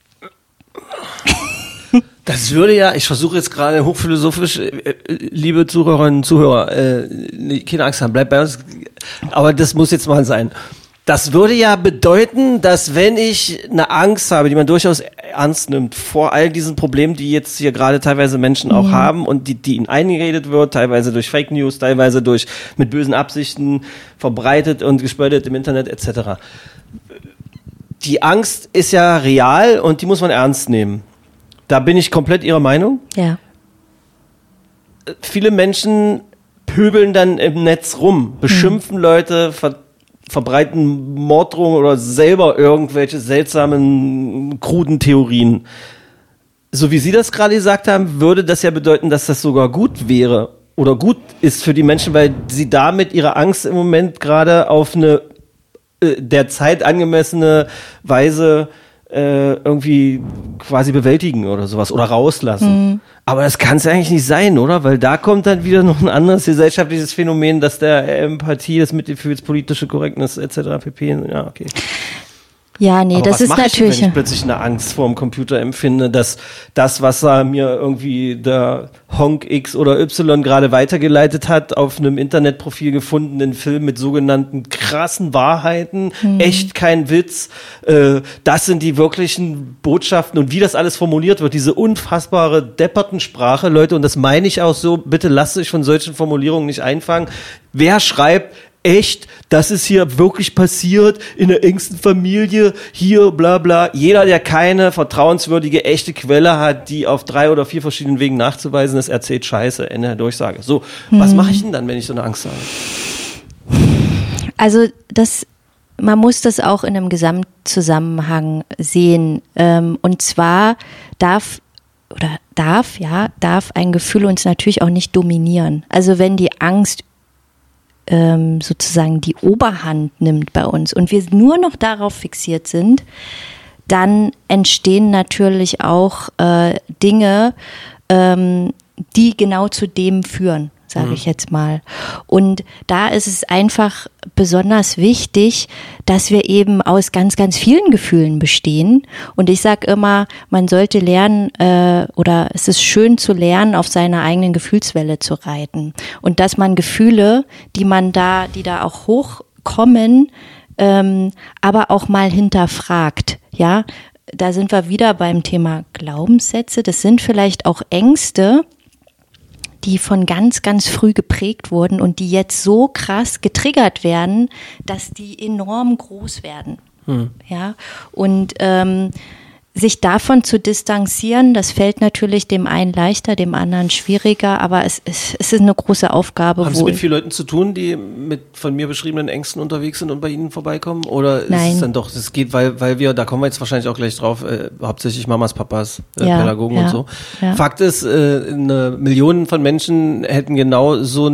Das würde ja, ich versuche jetzt gerade hochphilosophisch, liebe Zuhörerinnen und Zuhörer, keine Angst haben, bleibt bei uns. Aber das muss jetzt mal sein. Das würde ja bedeuten, dass wenn ich eine Angst habe, die man durchaus ernst nimmt, vor all diesen Problemen, die jetzt hier gerade teilweise Menschen auch haben und die ihnen eingeredet wird, teilweise durch Fake News, teilweise durch mit bösen Absichten verbreitet und gespaltet im Internet etc. Die Angst ist ja real und die muss man ernst nehmen. Da bin ich komplett Ihrer Meinung. Ja. Viele Menschen pöbeln dann im Netz rum, beschimpfen Leute, verbreiten Morddrohungen oder selber irgendwelche seltsamen, kruden Theorien. So wie Sie das gerade gesagt haben, würde das ja bedeuten, dass das sogar gut wäre oder gut ist für die Menschen, weil sie damit ihre Angst im Moment gerade auf eine der Zeit angemessene Weise irgendwie quasi bewältigen oder sowas oder rauslassen. Aber das kann es eigentlich nicht sein, oder? Weil da kommt dann wieder noch ein anderes gesellschaftliches Phänomen, dass der Empathie, das Mitgefühl, politische Korrektness etc. pp. Ja, okay. Ja, nee, aber das ist natürlich. Wenn ich plötzlich eine Angst vor dem Computer empfinde, dass das, was mir irgendwie der Honk X oder Y gerade weitergeleitet hat, auf einem Internetprofil gefundenen Film mit sogenannten krassen Wahrheiten, echt kein Witz, das sind die wirklichen Botschaften und wie das alles formuliert wird, diese unfassbare Deppertensprache, Leute, und das meine ich auch so, bitte lasst euch von solchen Formulierungen nicht einfangen. Wer schreibt, echt, das ist hier wirklich passiert, in der engsten Familie, hier, bla bla. Jeder, der keine vertrauenswürdige, echte Quelle hat, die auf 3 oder 4 verschiedenen Wegen nachzuweisen ist, erzählt Scheiße, Ende der Durchsage. So, was mache ich denn dann, wenn ich so eine Angst habe? Also man muss das auch in einem Gesamtzusammenhang sehen. Und zwar darf oder darf ein Gefühl uns natürlich auch nicht dominieren. Also wenn die Angst sozusagen die Oberhand nimmt bei uns und wir nur noch darauf fixiert sind, dann entstehen natürlich auch Dinge, die genau zu dem führen, sage ich jetzt mal. Und da ist es einfach besonders wichtig, dass wir eben aus ganz, ganz vielen Gefühlen bestehen. Und ich sage immer, man sollte lernen oder es ist schön zu lernen, auf seiner eigenen Gefühlswelle zu reiten. Und dass man Gefühle, die da auch hochkommen, aber auch mal hinterfragt, ja. Da sind wir wieder beim Thema Glaubenssätze. Das sind vielleicht auch Ängste, die von ganz, ganz früh geprägt wurden und die jetzt so krass getriggert werden, dass die enorm groß werden. Ja, und sich davon zu distanzieren, das fällt natürlich dem einen leichter, dem anderen schwieriger, aber es ist eine große Aufgabe. Haben Sie mit vielen Leuten zu tun, die mit von mir beschriebenen Ängsten unterwegs sind und bei Ihnen vorbeikommen? Oder Nein. Ist es dann doch, das geht, weil wir, da kommen wir jetzt wahrscheinlich auch gleich drauf, hauptsächlich Mamas, Papas, Pädagogen und so. Ja. Fakt ist, Millionen von Menschen hätten genau so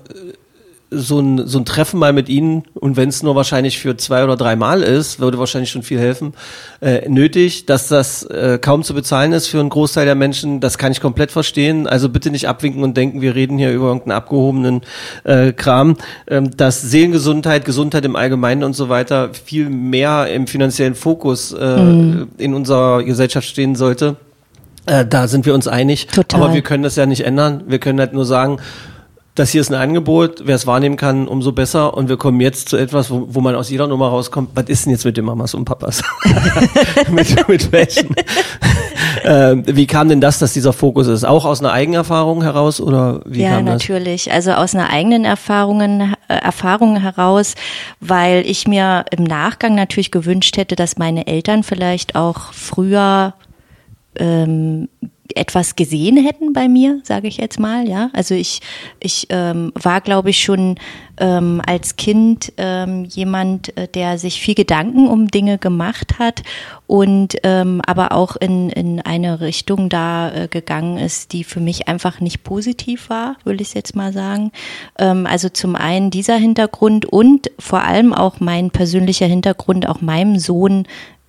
ein Treffen mal mit Ihnen, und wenn es nur wahrscheinlich für 2 oder 3 Mal ist, würde wahrscheinlich schon viel helfen, nötig, dass das kaum zu bezahlen ist für einen Großteil der Menschen, das kann ich komplett verstehen, also bitte nicht abwinken und denken, wir reden hier über irgendeinen abgehobenen Kram, dass Seelengesundheit, Gesundheit im Allgemeinen und so weiter viel mehr im finanziellen Fokus in unserer Gesellschaft stehen sollte. Da sind wir uns einig, Total. Aber wir können das ja nicht ändern, wir können halt nur sagen, das hier ist ein Angebot, wer es wahrnehmen kann, umso besser. Und wir kommen jetzt zu etwas, wo man aus jeder Nummer rauskommt. Was ist denn jetzt mit den Mamas und Papas? mit welchen? Wie kam denn das, dass dieser Fokus ist? Auch aus einer Eigenerfahrung heraus oder wie kam das? Ja, natürlich. Also aus einer eigenen Erfahrung heraus, weil ich mir im Nachgang natürlich gewünscht hätte, dass meine Eltern vielleicht auch früher etwas gesehen hätten bei mir, sage ich jetzt mal, ja. Also ich war, glaube ich, schon als Kind jemand, der sich viel Gedanken um Dinge gemacht hat und aber auch in eine Richtung da gegangen ist, die für mich einfach nicht positiv war, will ich jetzt mal sagen. Also zum einen dieser Hintergrund und vor allem auch mein persönlicher Hintergrund, auch meinem Sohn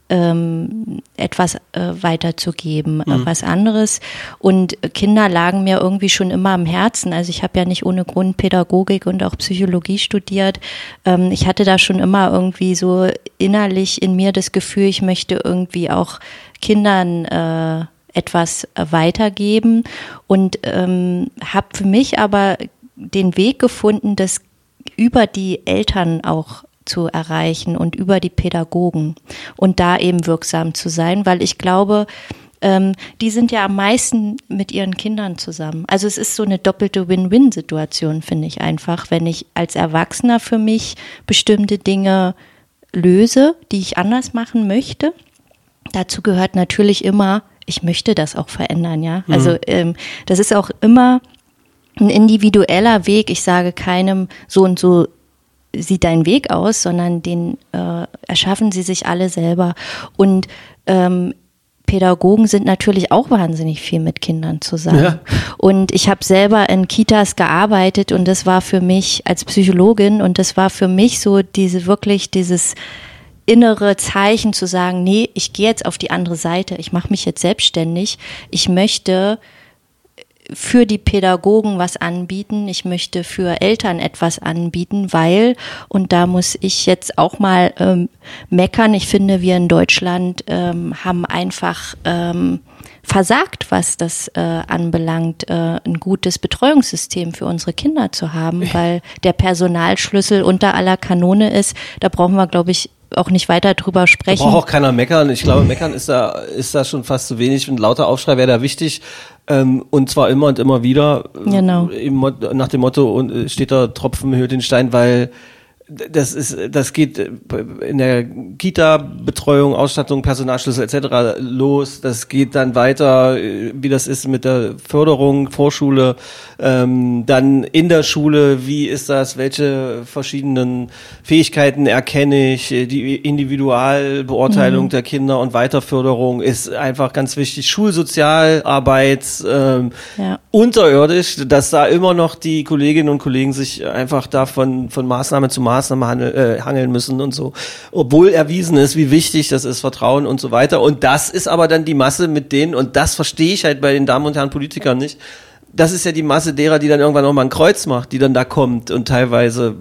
etwas weiterzugeben, was anderes. Und Kinder lagen mir irgendwie schon immer am Herzen. Also ich habe ja nicht ohne Grund Pädagogik und auch Psychologie studiert. Ich hatte da schon immer irgendwie so innerlich in mir das Gefühl, ich möchte irgendwie auch Kindern etwas weitergeben und habe für mich aber den Weg gefunden, das über die Eltern auch zu erreichen und über die Pädagogen und da eben wirksam zu sein, weil ich glaube, die sind ja am meisten mit ihren Kindern zusammen. Also es ist so eine doppelte Win-Win-Situation, finde ich einfach, wenn ich als Erwachsener für mich bestimmte Dinge löse, die ich anders machen möchte. Dazu gehört natürlich immer, ich möchte das auch verändern, ja. Also das ist auch immer ein individueller Weg. Ich sage keinem so und so sieht dein Weg aus, sondern den erschaffen sie sich alle selber. Und Pädagogen sind natürlich auch wahnsinnig viel mit Kindern zusammen. Ja. Und ich habe selber in Kitas gearbeitet und das war für mich als Psychologin und das war für mich so dieses innere Zeichen zu sagen, nee, ich gehe jetzt auf die andere Seite, ich mache mich jetzt selbstständig, ich möchte für die Pädagogen was anbieten, ich möchte für Eltern etwas anbieten, weil, und da muss ich jetzt auch mal meckern, ich finde, wir in Deutschland haben einfach versagt, was das anbelangt, ein gutes Betreuungssystem für unsere Kinder zu haben, weil der Personalschlüssel unter aller Kanone ist, da brauchen wir, glaube ich, auch nicht weiter drüber sprechen. Da braucht auch keiner meckern. Ich glaube, meckern ist da schon fast zu wenig und lauter Aufschrei wäre da wichtig. Und zwar immer und immer wieder. Genau. Nach dem Motto, steht der Tropfen höhlt den Stein, weil das geht in der Kita-Betreuung, Ausstattung, Personalschlüssel etc. los. Das geht dann weiter, wie das ist mit der Förderung, Vorschule, dann in der Schule, wie ist das, welche verschiedenen Fähigkeiten erkenne ich, die Individualbeurteilung der Kinder und Weiterförderung ist einfach ganz wichtig. Schulsozialarbeit, unterirdisch, dass da immer noch die Kolleginnen und Kollegen sich einfach davon von Maßnahme zu Maßnahme hangeln müssen und so. Obwohl erwiesen ist, wie wichtig das ist, Vertrauen und so weiter. Und das ist aber dann die Masse mit denen, und das verstehe ich halt bei den Damen und Herren Politikern nicht, das ist ja die Masse derer, die dann irgendwann auch mal ein Kreuz macht, die dann da kommt und teilweise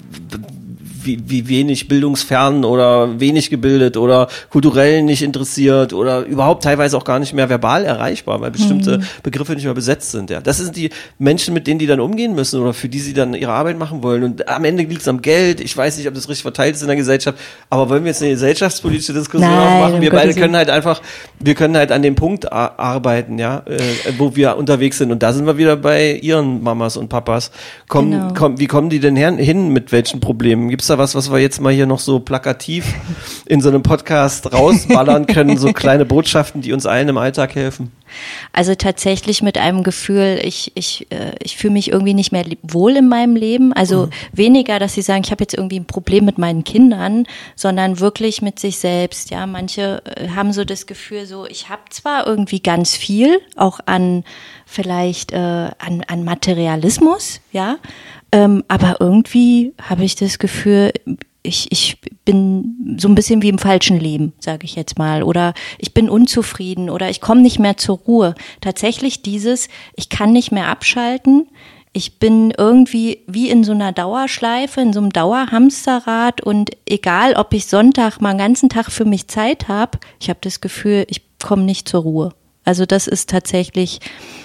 wie wenig bildungsfern oder wenig gebildet oder kulturell nicht interessiert oder überhaupt teilweise auch gar nicht mehr verbal erreichbar, weil bestimmte Begriffe nicht mehr besetzt sind. Ja, das sind die Menschen, mit denen die dann umgehen müssen oder für die sie dann ihre Arbeit machen wollen. Und am Ende liegt es am Geld. Ich weiß nicht, ob das richtig verteilt ist in der Gesellschaft, aber wollen wir jetzt eine gesellschaftspolitische Diskussion aufmachen? Wir beide können halt an dem Punkt arbeiten, ja, wo wir unterwegs sind. Und da sind wir wieder bei ihren Mamas und Papas. Wie kommen die denn hin mit welchen Problemen? Gibt's da was wir jetzt mal hier noch so plakativ in so einem Podcast rausballern können, so kleine Botschaften, die uns allen im Alltag helfen? Also tatsächlich mit einem Gefühl, ich fühle mich irgendwie nicht mehr wohl in meinem Leben. Also weniger, dass sie sagen, ich habe jetzt irgendwie ein Problem mit meinen Kindern, sondern wirklich mit sich selbst. Ja, manche haben so das Gefühl, so ich habe zwar irgendwie ganz viel, auch an vielleicht an Materialismus, ja, aber irgendwie habe ich das Gefühl, ich bin so ein bisschen wie im falschen Leben, sage ich jetzt mal, oder ich bin unzufrieden oder ich komme nicht mehr zur Ruhe. Tatsächlich ich kann nicht mehr abschalten. Ich bin irgendwie wie in so einer Dauerschleife, in so einem Dauerhamsterrad, und egal, ob ich Sonntag mal einen ganzen Tag für mich Zeit habe, ich habe das Gefühl, ich komme nicht zur Ruhe. Also das ist tatsächlich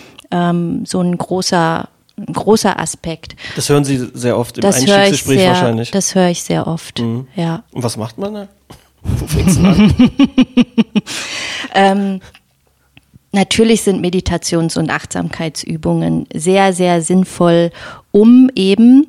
so ein großer Aspekt. Das hören Sie sehr oft im Einstiegsgespräch wahrscheinlich. Das höre ich sehr oft, ja. Und was macht man da? Wo fängst du an? Natürlich sind Meditations- und Achtsamkeitsübungen sehr, sehr sinnvoll, um eben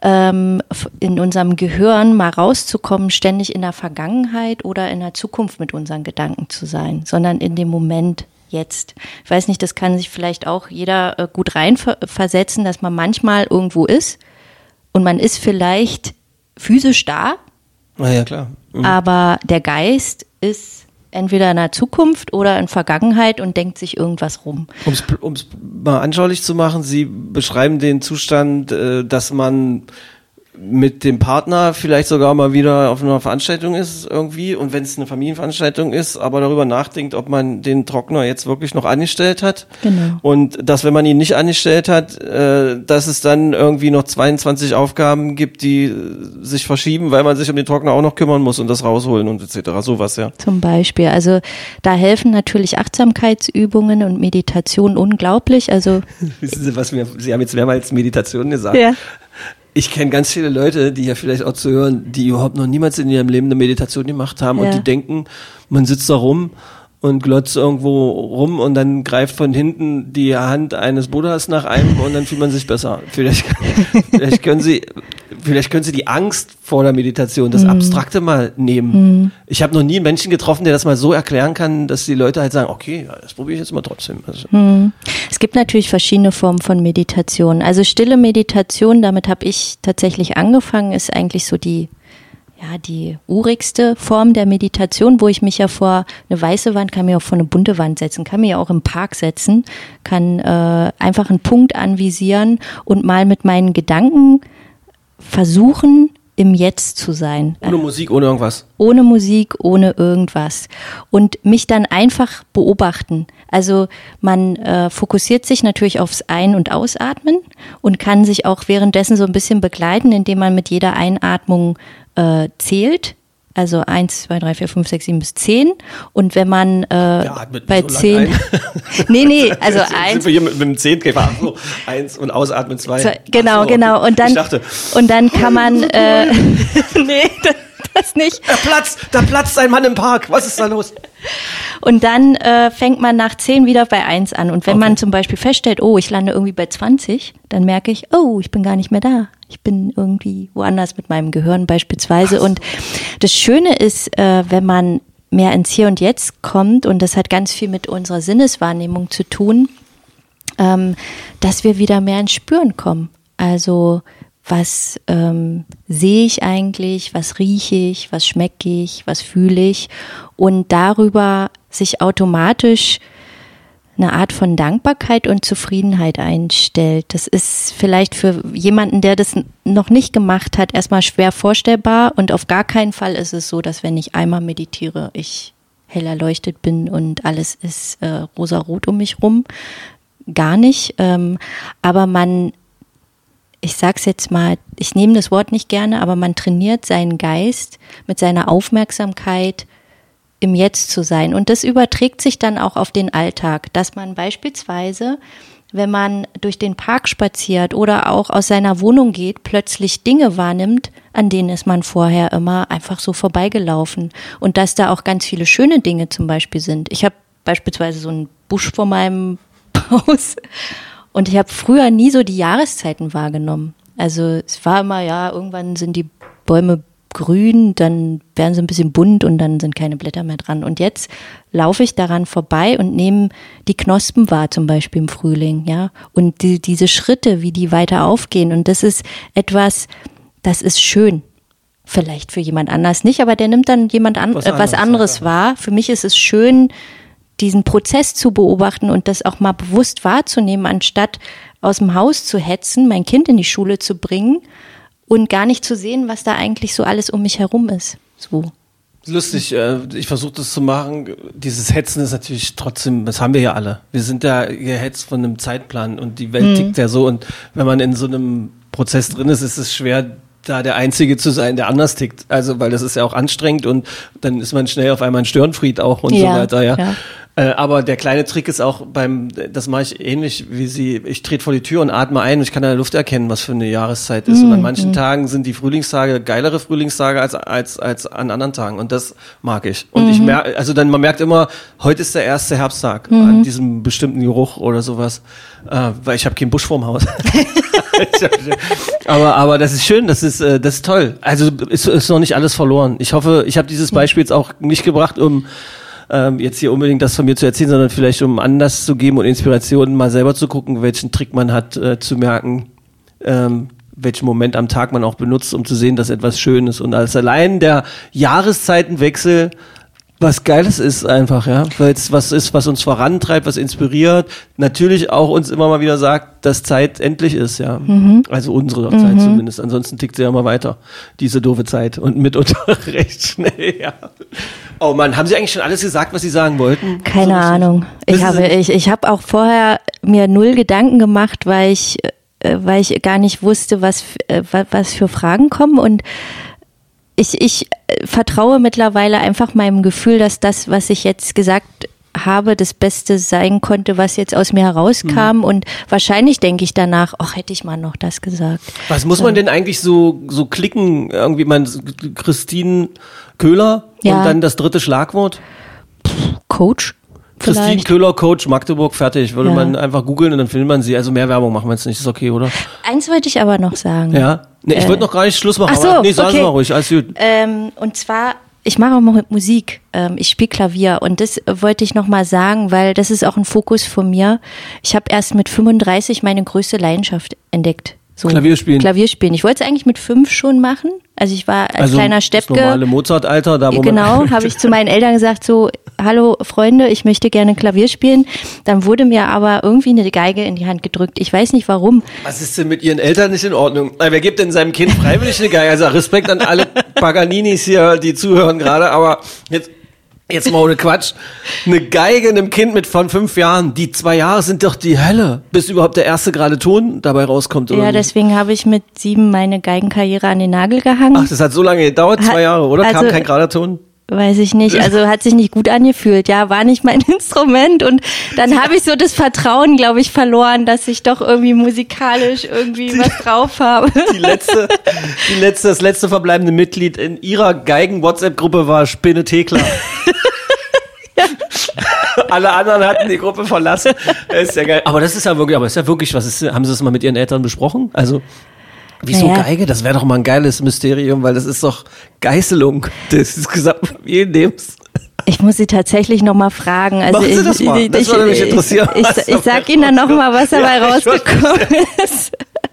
in unserem Gehirn mal rauszukommen, ständig in der Vergangenheit oder in der Zukunft mit unseren Gedanken zu sein, sondern in dem Moment jetzt. Ich weiß nicht, das kann sich vielleicht auch jeder gut reinversetzen, dass man manchmal irgendwo ist und man ist vielleicht physisch da, ja, klar. Aber der Geist ist entweder in der Zukunft oder in Vergangenheit und denkt sich irgendwas rum. Um es mal anschaulich zu machen, Sie beschreiben den Zustand, dass man mit dem Partner vielleicht sogar mal wieder auf einer Veranstaltung ist irgendwie, und wenn es eine Familienveranstaltung ist, aber darüber nachdenkt, ob man den Trockner jetzt wirklich noch angestellt hat. Genau. Und dass, wenn man ihn nicht angestellt hat, dass es dann irgendwie noch 22 Aufgaben gibt, die sich verschieben, weil man sich um den Trockner auch noch kümmern muss und das rausholen und etc. Sowas, ja. Zum Beispiel. Also da helfen natürlich Achtsamkeitsübungen und Meditation unglaublich. Also wissen Sie, Sie haben jetzt mehrmals Meditation gesagt. Ja. Ich kenne ganz viele Leute, die ja vielleicht auch zuhören, die überhaupt noch niemals in ihrem Leben eine Meditation gemacht haben, und die denken, man sitzt da rum und glotzt irgendwo rum und dann greift von hinten die Hand eines Buddhas nach einem und dann fühlt man sich besser. Vielleicht können Sie die Angst vor der Meditation, das Abstrakte mal nehmen. Ich habe noch nie einen Menschen getroffen, der das mal so erklären kann, dass die Leute halt sagen, okay, das probiere ich jetzt mal trotzdem. Also. Es gibt natürlich verschiedene Formen von Meditation. Also stille Meditation, damit habe ich tatsächlich angefangen, ist eigentlich so die urigste Form der Meditation, wo ich mich ja vor eine weiße Wand, kann mich auch vor eine bunte Wand setzen, kann mich auch im Park setzen, kann einfach einen Punkt anvisieren und mal mit meinen Gedanken versuchen, im Jetzt zu sein. Ohne Musik, ohne irgendwas? Ohne Musik, ohne irgendwas. Und mich dann einfach beobachten. Also man fokussiert sich natürlich aufs Ein- und Ausatmen und kann sich auch währenddessen so ein bisschen begleiten, indem man mit jeder Einatmung zählt. Also 1, 2, 3, 4, 5, 6, 7 bis 10. Und wenn man bei so 10... Nee, also 1... Sind wir hier mit dem Zehnkäfer? So, 1 und ausatmen 2. Genau. Und dann kann man... nee, das nicht. Da platzt ein Mann im Park. Was ist da los? Und dann fängt man nach 10 wieder bei 1 an. Und wenn man zum Beispiel feststellt, oh, ich lande irgendwie bei 20, dann merke ich, oh, ich bin gar nicht mehr da. Ich bin irgendwie woanders mit meinem Gehirn beispielsweise. Und das Schöne ist, wenn man mehr ins Hier und Jetzt kommt, und das hat ganz viel mit unserer Sinneswahrnehmung zu tun, dass wir wieder mehr ins Spüren kommen. Also was sehe ich eigentlich, was rieche ich, was schmecke ich, was fühle ich, und darüber sich automatisch eine Art von Dankbarkeit und Zufriedenheit einstellt. Das ist vielleicht für jemanden, der das noch nicht gemacht hat, erstmal schwer vorstellbar, und auf gar keinen Fall ist es so, dass wenn ich einmal meditiere, ich hell erleuchtet bin und alles ist rosarot um mich rum. Gar nicht. Aber ich sag's jetzt mal, ich nehme das Wort nicht gerne, aber man trainiert seinen Geist mit seiner Aufmerksamkeit im Jetzt zu sein. Und das überträgt sich dann auch auf den Alltag, dass man beispielsweise, wenn man durch den Park spaziert oder auch aus seiner Wohnung geht, plötzlich Dinge wahrnimmt, an denen ist man vorher immer einfach so vorbeigelaufen. Und dass da auch ganz viele schöne Dinge zum Beispiel sind. Ich habe beispielsweise so einen Busch vor meinem Haus und ich habe früher nie so die Jahreszeiten wahrgenommen. Also es war immer, ja, irgendwann sind die Bäume grün, dann werden sie ein bisschen bunt und dann sind keine Blätter mehr dran. Und jetzt laufe ich daran vorbei und nehme die Knospen wahr, zum Beispiel im Frühling, ja. Und diese Schritte, wie die weiter aufgehen. Und das ist etwas, das ist schön. Vielleicht für jemand anders nicht, aber der nimmt dann was anderes wahr. Für mich ist es schön, diesen Prozess zu beobachten und das auch mal bewusst wahrzunehmen, anstatt aus dem Haus zu hetzen, mein Kind in die Schule zu bringen und gar nicht zu sehen, was da eigentlich so alles um mich herum ist. So. Lustig, ich versuche das zu machen. Dieses Hetzen ist natürlich trotzdem, das haben wir ja alle. Wir sind ja gehetzt von einem Zeitplan und die Welt tickt ja so, und wenn man in so einem Prozess drin ist, ist es schwer, da der Einzige zu sein, der anders tickt. Also, weil das ist ja auch anstrengend und dann ist man schnell auf einmal ein Störenfried auch und so weiter, ja. Aber der kleine Trick ist auch das mache ich ähnlich wie ich trete vor die Tür und atme ein und ich kann in der Luft erkennen, was für eine Jahreszeit ist. Und an manchen Tagen sind die Frühlingstage geilere Frühlingstage als an anderen Tagen. Und das mag ich. Und ich merke, also man merkt immer, heute ist der erste Herbsttag an diesem bestimmten Geruch oder sowas. Weil ich habe keinen Busch vorm Haus. aber das ist schön, das ist toll. Also ist noch nicht alles verloren. Ich hoffe, ich habe dieses Beispiel jetzt auch nicht gebracht, um jetzt hier unbedingt das von mir zu erzählen, sondern vielleicht um Anlass zu geben und Inspirationen, mal selber zu gucken, welchen Trick man hat, zu merken, welchen Moment am Tag man auch benutzt, um zu sehen, dass etwas schön ist. Und als allein der Jahreszeitenwechsel was Geiles ist einfach, ja, weil es was ist, was uns vorantreibt, was inspiriert, natürlich auch uns immer mal wieder sagt, dass Zeit endlich ist, ja. Also unsere Zeit zumindest, ansonsten tickt sie ja mal weiter, diese doofe Zeit, und mitunter recht schnell, ja. Oh Mann, haben Sie eigentlich schon alles gesagt, was Sie sagen wollten? Keine Ahnung. Ich habe auch vorher mir null Gedanken gemacht, weil ich gar nicht wusste, was für Fragen kommen, und ich vertraue mittlerweile einfach meinem Gefühl, dass das, was ich jetzt gesagt habe, das Beste sein konnte, was jetzt aus mir herauskam. Und wahrscheinlich denke ich danach, ach, hätte ich mal noch das gesagt. Was muss man denn eigentlich so klicken? Irgendwie Christine Köhler und dann das dritte Schlagwort? Coach? Christine vielleicht. Köhler, Coach, Magdeburg, fertig. Würde man einfach googeln und dann findet man sie. Also mehr Werbung machen wir jetzt nicht, ist okay, oder? Eins wollte ich aber noch sagen. Ja? Ne, ich wollte noch gar nicht Schluss machen. Ach so, aber sagen Sie okay. mal ruhig, alles gut. Und zwar, ich mache auch mal Musik. Ich spiele Klavier, und das wollte ich noch mal sagen, weil das ist auch ein Fokus von mir. Ich habe erst mit 35 meine größte Leidenschaft entdeckt. So, Klavierspielen. Ich wollte es eigentlich mit 5 schon machen. Also ich war als kleiner Steppke. Das normale Mozart-Alter, da wo genau, habe ich zu meinen Eltern gesagt, so, hallo Freunde, ich möchte gerne Klavier spielen. Dann wurde mir aber irgendwie eine Geige in die Hand gedrückt. Ich weiß nicht warum. Was ist denn mit Ihren Eltern nicht in Ordnung? Wer gibt denn seinem Kind freiwillig eine Geige? Also Respekt an alle Paganinis hier, die zuhören gerade, aber jetzt mal ohne Quatsch. Eine Geige einem Kind von 5 Jahren, die 2 Jahre sind doch die Hölle, bis überhaupt der erste gerade Ton dabei rauskommt. Oder? Ja, deswegen habe ich mit 7 meine Geigenkarriere an den Nagel gehangen. Ach, das hat so lange gedauert, 2 Jahre, oder? Kam kein gerader Ton? Weiß ich nicht, also hat sich nicht gut angefühlt, ja, war nicht mein Instrument, und dann habe ich so das Vertrauen, glaube ich, verloren, dass ich doch irgendwie musikalisch irgendwie was drauf habe. Das letzte verbleibende Mitglied in ihrer Geigen-WhatsApp-Gruppe war Spinne Thekla. Ja. Alle anderen hatten die Gruppe verlassen. Das ist ja geil. Aber das ist ja wirklich, haben Sie das mal mit Ihren Eltern besprochen? Also Wieso Geige? Das wäre doch mal ein geiles Mysterium, weil das ist doch Geißelung des gesamten Familienlebens. Ich muss Sie tatsächlich nochmal fragen. Also Machen Sie das mal. Das würde mich interessieren. Ich sag Ihnen dann nochmal, was dabei rausgekommen ist.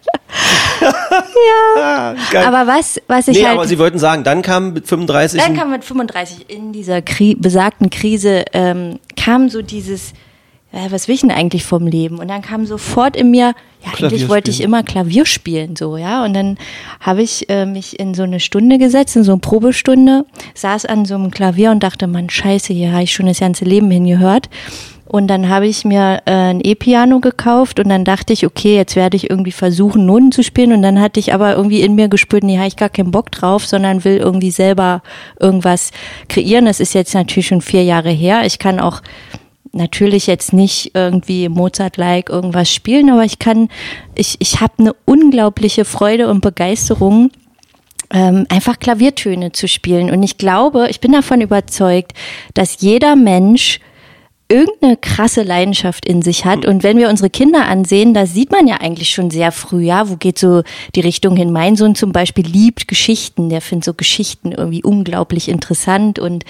Ja, geil. Aber was ich halt... aber Sie wollten sagen, dann kam mit 35... Dann kam mit 35 in dieser besagten Krise, kam so dieses, was will ich denn eigentlich vom Leben? Und dann kam sofort in mir, eigentlich wollte ich immer Klavier spielen, so, ja. Und dann habe ich mich in so eine Stunde gesetzt, in so eine Probestunde, saß an so einem Klavier und dachte, Mann, scheiße, hier habe ich schon das ganze Leben hingehört. Und dann habe ich mir ein E-Piano gekauft und dann dachte ich, okay, jetzt werde ich irgendwie versuchen, Noten zu spielen. Und dann hatte ich aber irgendwie in mir gespürt, nee, habe ich gar keinen Bock drauf, sondern will irgendwie selber irgendwas kreieren. Das ist jetzt natürlich schon 4 Jahre her. Ich kann auch natürlich jetzt nicht irgendwie Mozart-like irgendwas spielen, aber ich habe eine unglaubliche Freude und Begeisterung, einfach Klaviertöne zu spielen. Und ich glaube, ich bin davon überzeugt, dass jeder Mensch irgendeine krasse Leidenschaft in sich hat. Und wenn wir unsere Kinder ansehen, da sieht man ja eigentlich schon sehr früh, ja, wo geht so die Richtung hin. Mein Sohn zum Beispiel liebt Geschichten, der findet so Geschichten irgendwie unglaublich interessant und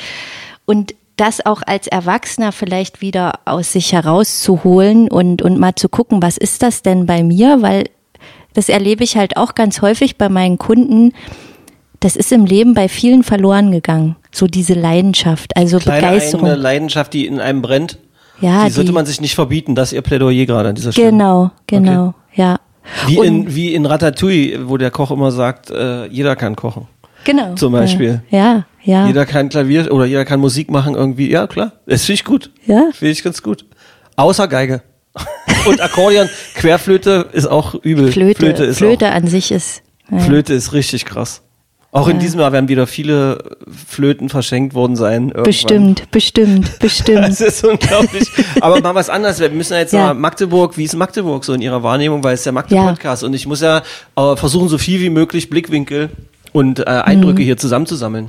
das auch als Erwachsener vielleicht wieder aus sich herauszuholen und mal zu gucken, was ist das denn bei mir, weil das erlebe ich halt auch ganz häufig bei meinen Kunden. Das ist im Leben bei vielen verloren gegangen. So diese Leidenschaft, also kleine Begeisterung. Eine Leidenschaft, die in einem brennt. Ja, die sollte man sich nicht verbieten. Das ist Ihr Plädoyer gerade an dieser Stelle. Genau, okay. Ja. Wie in Ratatouille, wo der Koch immer sagt, jeder kann kochen. Genau. Zum Beispiel. Ja. Jeder kann Klavier oder jeder kann Musik machen irgendwie. Ja, klar. Das finde ich gut. Ja. Finde ich ganz gut. Außer Geige. Und Akkordeon, Querflöte ist auch übel. Flöte an sich ist. Ja. Flöte ist richtig krass. Auch in diesem Jahr werden wieder viele Flöten verschenkt worden sein. Irgendwann. Bestimmt. Das ist unglaublich. Aber mal was anderes. Wir müssen ja jetzt mal Magdeburg. Wie ist Magdeburg so in Ihrer Wahrnehmung? Weil es ist ja Magde-Podcast. Und ich muss ja versuchen, so viel wie möglich Blickwinkel und Eindrücke hier zusammenzusammeln.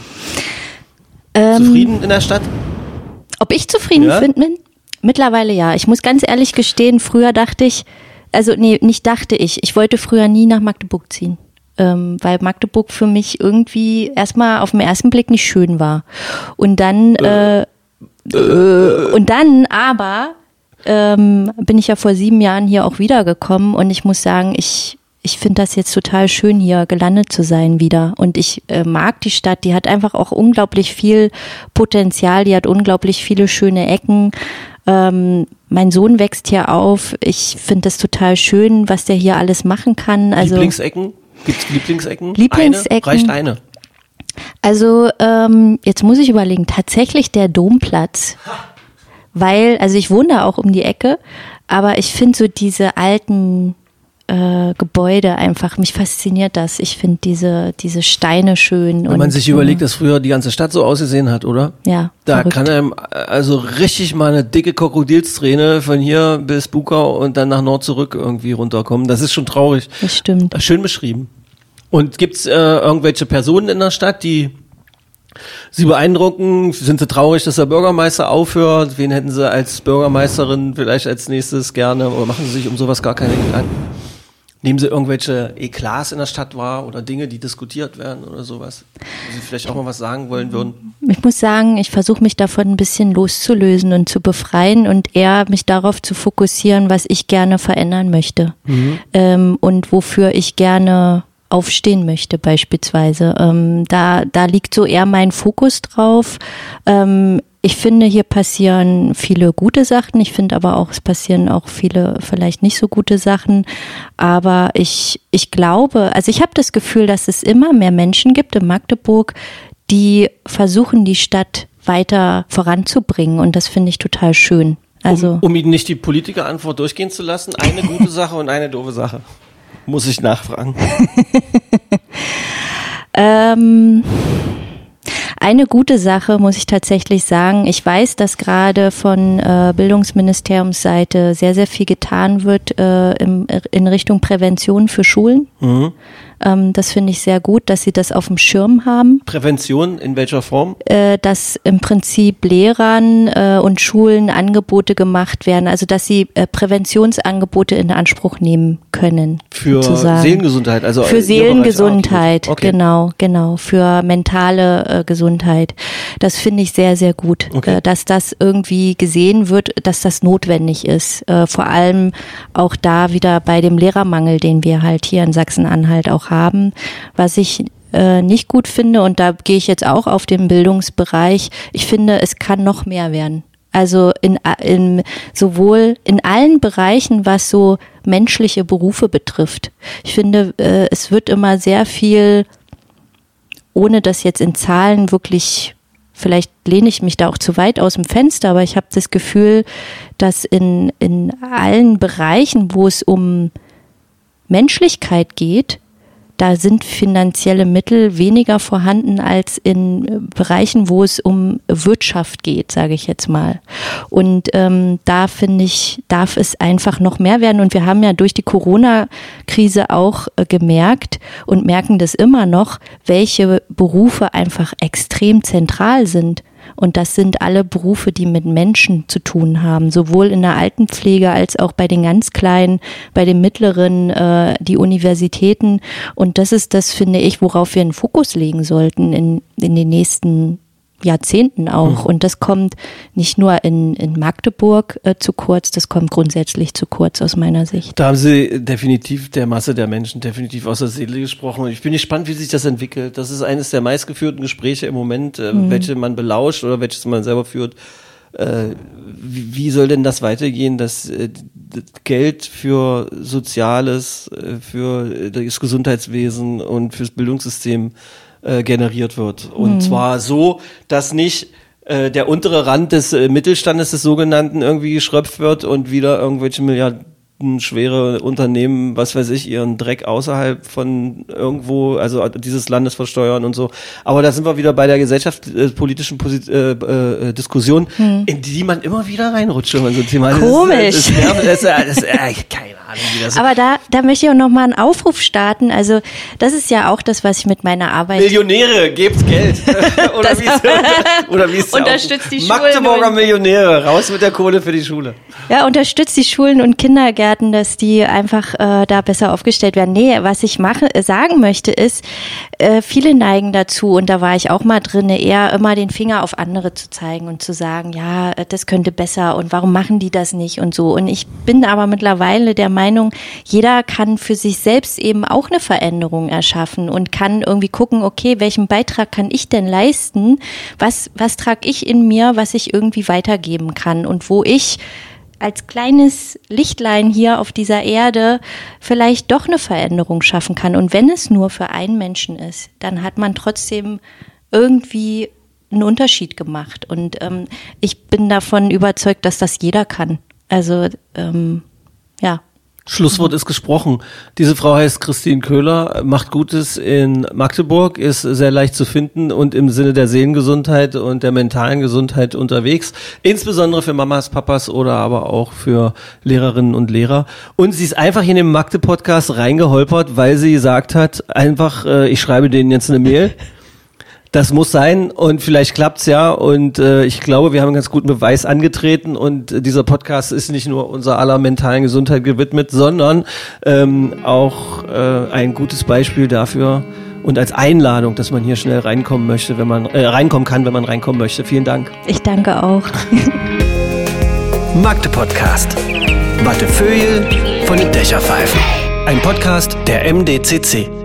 Zufrieden in der Stadt? Ob ich zufrieden bin? Mittlerweile ja. Ich muss ganz ehrlich gestehen, früher dachte ich, ich wollte früher nie nach Magdeburg ziehen. Weil Magdeburg für mich irgendwie erstmal auf den ersten Blick nicht schön war. Und dann bin ich ja vor 7 Jahren hier auch wiedergekommen und ich muss sagen, ich finde das jetzt total schön, hier gelandet zu sein wieder. Und ich mag die Stadt, die hat einfach auch unglaublich viel Potenzial, die hat unglaublich viele schöne Ecken. Mein Sohn wächst hier auf. Ich finde das total schön, was der hier alles machen kann. Also Lieblingsecken? Gibt's Lieblingsecken? Lieblingsecken? Reicht eine. Also jetzt muss ich überlegen, tatsächlich der Domplatz. Weil, also ich wohne da auch um die Ecke, aber ich finde so diese alten Gebäude einfach, mich fasziniert das. Ich finde diese Steine schön. Wenn man sich überlegt, dass früher die ganze Stadt so ausgesehen hat, oder? Ja. Da verrückt. kann einem also richtig mal eine dicke Krokodilsträne von hier bis Bukau und dann nach Nord zurück irgendwie runterkommen. Das ist schon traurig. Das stimmt. Schön beschrieben. Und gibt's irgendwelche Personen in der Stadt, die Sie beeindrucken? Sind Sie traurig, dass der Bürgermeister aufhört? Wen hätten Sie als Bürgermeisterin vielleicht als nächstes gerne? Oder machen Sie sich um sowas gar keine Gedanken? Nehmen Sie irgendwelche Eklats in der Stadt wahr oder Dinge, die diskutiert werden oder sowas? Wo Sie vielleicht auch mal was sagen wollen würden? Ich muss sagen, ich versuche mich davon ein bisschen loszulösen und zu befreien und eher mich darauf zu fokussieren, was ich gerne verändern möchte. Und wofür ich gerne aufstehen möchte beispielsweise. Da liegt so eher mein Fokus drauf. Ich finde, hier passieren viele gute Sachen. Ich finde aber auch, es passieren auch viele vielleicht nicht so gute Sachen. Aber ich glaube, also ich habe das Gefühl, dass es immer mehr Menschen gibt in Magdeburg, die versuchen, die Stadt weiter voranzubringen. Und das finde ich total schön. Also um Ihnen nicht die Politikerantwort durchgehen zu lassen, eine gute Sache und eine doofe Sache. Muss ich nachfragen. Eine gute Sache muss ich tatsächlich sagen. Ich weiß, dass gerade von Bildungsministeriumsseite sehr, sehr viel getan wird in Richtung Prävention für Schulen. Das finde ich sehr gut, dass sie das auf dem Schirm haben. Prävention in welcher Form? Dass im Prinzip Lehrern und Schulen Angebote gemacht werden, also dass sie Präventionsangebote in Anspruch nehmen können. Für Seelengesundheit, also für Seelengesundheit, okay. Genau, für mentale Gesundheit. Das finde ich sehr, sehr gut, okay. Dass das irgendwie gesehen wird, dass das notwendig ist. Vor allem auch da wieder bei dem Lehrermangel, den wir halt hier in Sachsen-Anhalt auch haben, was ich nicht gut finde, und da gehe ich jetzt auch auf den Bildungsbereich. Ich finde, es kann noch mehr werden. Also sowohl in allen Bereichen, was so menschliche Berufe betrifft. Ich finde, es wird immer sehr viel, ohne das jetzt in Zahlen wirklich, vielleicht lehne ich mich da auch zu weit aus dem Fenster, aber ich habe das Gefühl, dass in allen Bereichen, wo es um Menschlichkeit geht, da sind finanzielle Mittel weniger vorhanden als in Bereichen, wo es um Wirtschaft geht, sage ich jetzt mal. Und da finde ich, darf es einfach noch mehr werden. Und wir haben ja durch die Corona-Krise auch gemerkt und merken das immer noch, welche Berufe einfach extrem zentral sind. Und das sind alle Berufe, die mit Menschen zu tun haben, sowohl in der Altenpflege als auch bei den ganz Kleinen, bei den Mittleren, die Universitäten. Und das ist das, finde ich, worauf wir einen Fokus legen sollten in den nächsten Jahrzehnten auch. Und das kommt nicht nur in Magdeburg zu kurz, das kommt grundsätzlich zu kurz aus meiner Sicht. Da haben Sie definitiv der Masse der Menschen definitiv aus der Seele gesprochen. Und ich bin gespannt, wie sich das entwickelt. Das ist eines der meistgeführten Gespräche im Moment, welche man belauscht oder welches man selber führt. Wie soll denn das weitergehen, dass Geld für Soziales, für das Gesundheitswesen und fürs Bildungssystem generiert wird. Und zwar so, dass nicht der untere Rand des Mittelstandes des sogenannten irgendwie geschröpft wird und wieder irgendwelche milliardenschwere Unternehmen, was weiß ich, ihren Dreck außerhalb von irgendwo, also dieses Landes versteuern und so. Aber da sind wir wieder bei der gesellschaftspolitischen Diskussion, in die man immer wieder reinrutscht, wenn man so ein Thema. Komisch. Das ist keine Ahnung, wie das ist. Aber da möchte ich auch nochmal einen Aufruf starten. Also das ist ja auch das, was ich mit meiner Arbeit... Millionäre, gebt Geld. Oder wie ist unterstützt die Schulen. Magdeburger Millionäre, raus mit der Kohle für die Schule. Ja, unterstützt die Schulen und Kindergärten, dass die einfach da besser aufgestellt werden. Nee, was ich sagen möchte ist, viele neigen dazu, und da war ich auch mal drin, eher immer den Finger auf andere zu zeigen und zu sagen, ja, das könnte besser und warum machen die das nicht und so. Und ich bin aber mittlerweile der Meinung, jeder kann für sich selbst eben auch eine Veränderung erschaffen und kann irgendwie gucken, okay, welchen Beitrag kann ich denn leisten? Was trage ich in mir, was ich irgendwie weitergeben kann und wo ich als kleines Lichtlein hier auf dieser Erde vielleicht doch eine Veränderung schaffen kann. Und wenn es nur für einen Menschen ist, dann hat man trotzdem irgendwie einen Unterschied gemacht. Und ich bin davon überzeugt, dass das jeder kann. Also, ja. Schlusswort ist gesprochen. Diese Frau heißt Christine Köhler, macht Gutes in Magdeburg, ist sehr leicht zu finden und im Sinne der Seelengesundheit und der mentalen Gesundheit unterwegs. Insbesondere für Mamas, Papas oder aber auch für Lehrerinnen und Lehrer. Und sie ist einfach in den Magde-Podcast reingeholpert, weil sie gesagt hat, einfach, ich schreibe denen jetzt eine Mail. Das muss sein und vielleicht klappt's ja und ich glaube, wir haben einen ganz guten Beweis angetreten und dieser Podcast ist nicht nur unserer aller mentalen Gesundheit gewidmet, sondern auch ein gutes Beispiel dafür und als Einladung, dass man hier schnell reinkommen möchte, wenn man reinkommen kann, wenn man reinkommen möchte. Vielen Dank. Ich danke auch. Magde Podcast. Wattefeuille von den Dächerpfeifen. Ein Podcast der MDCC.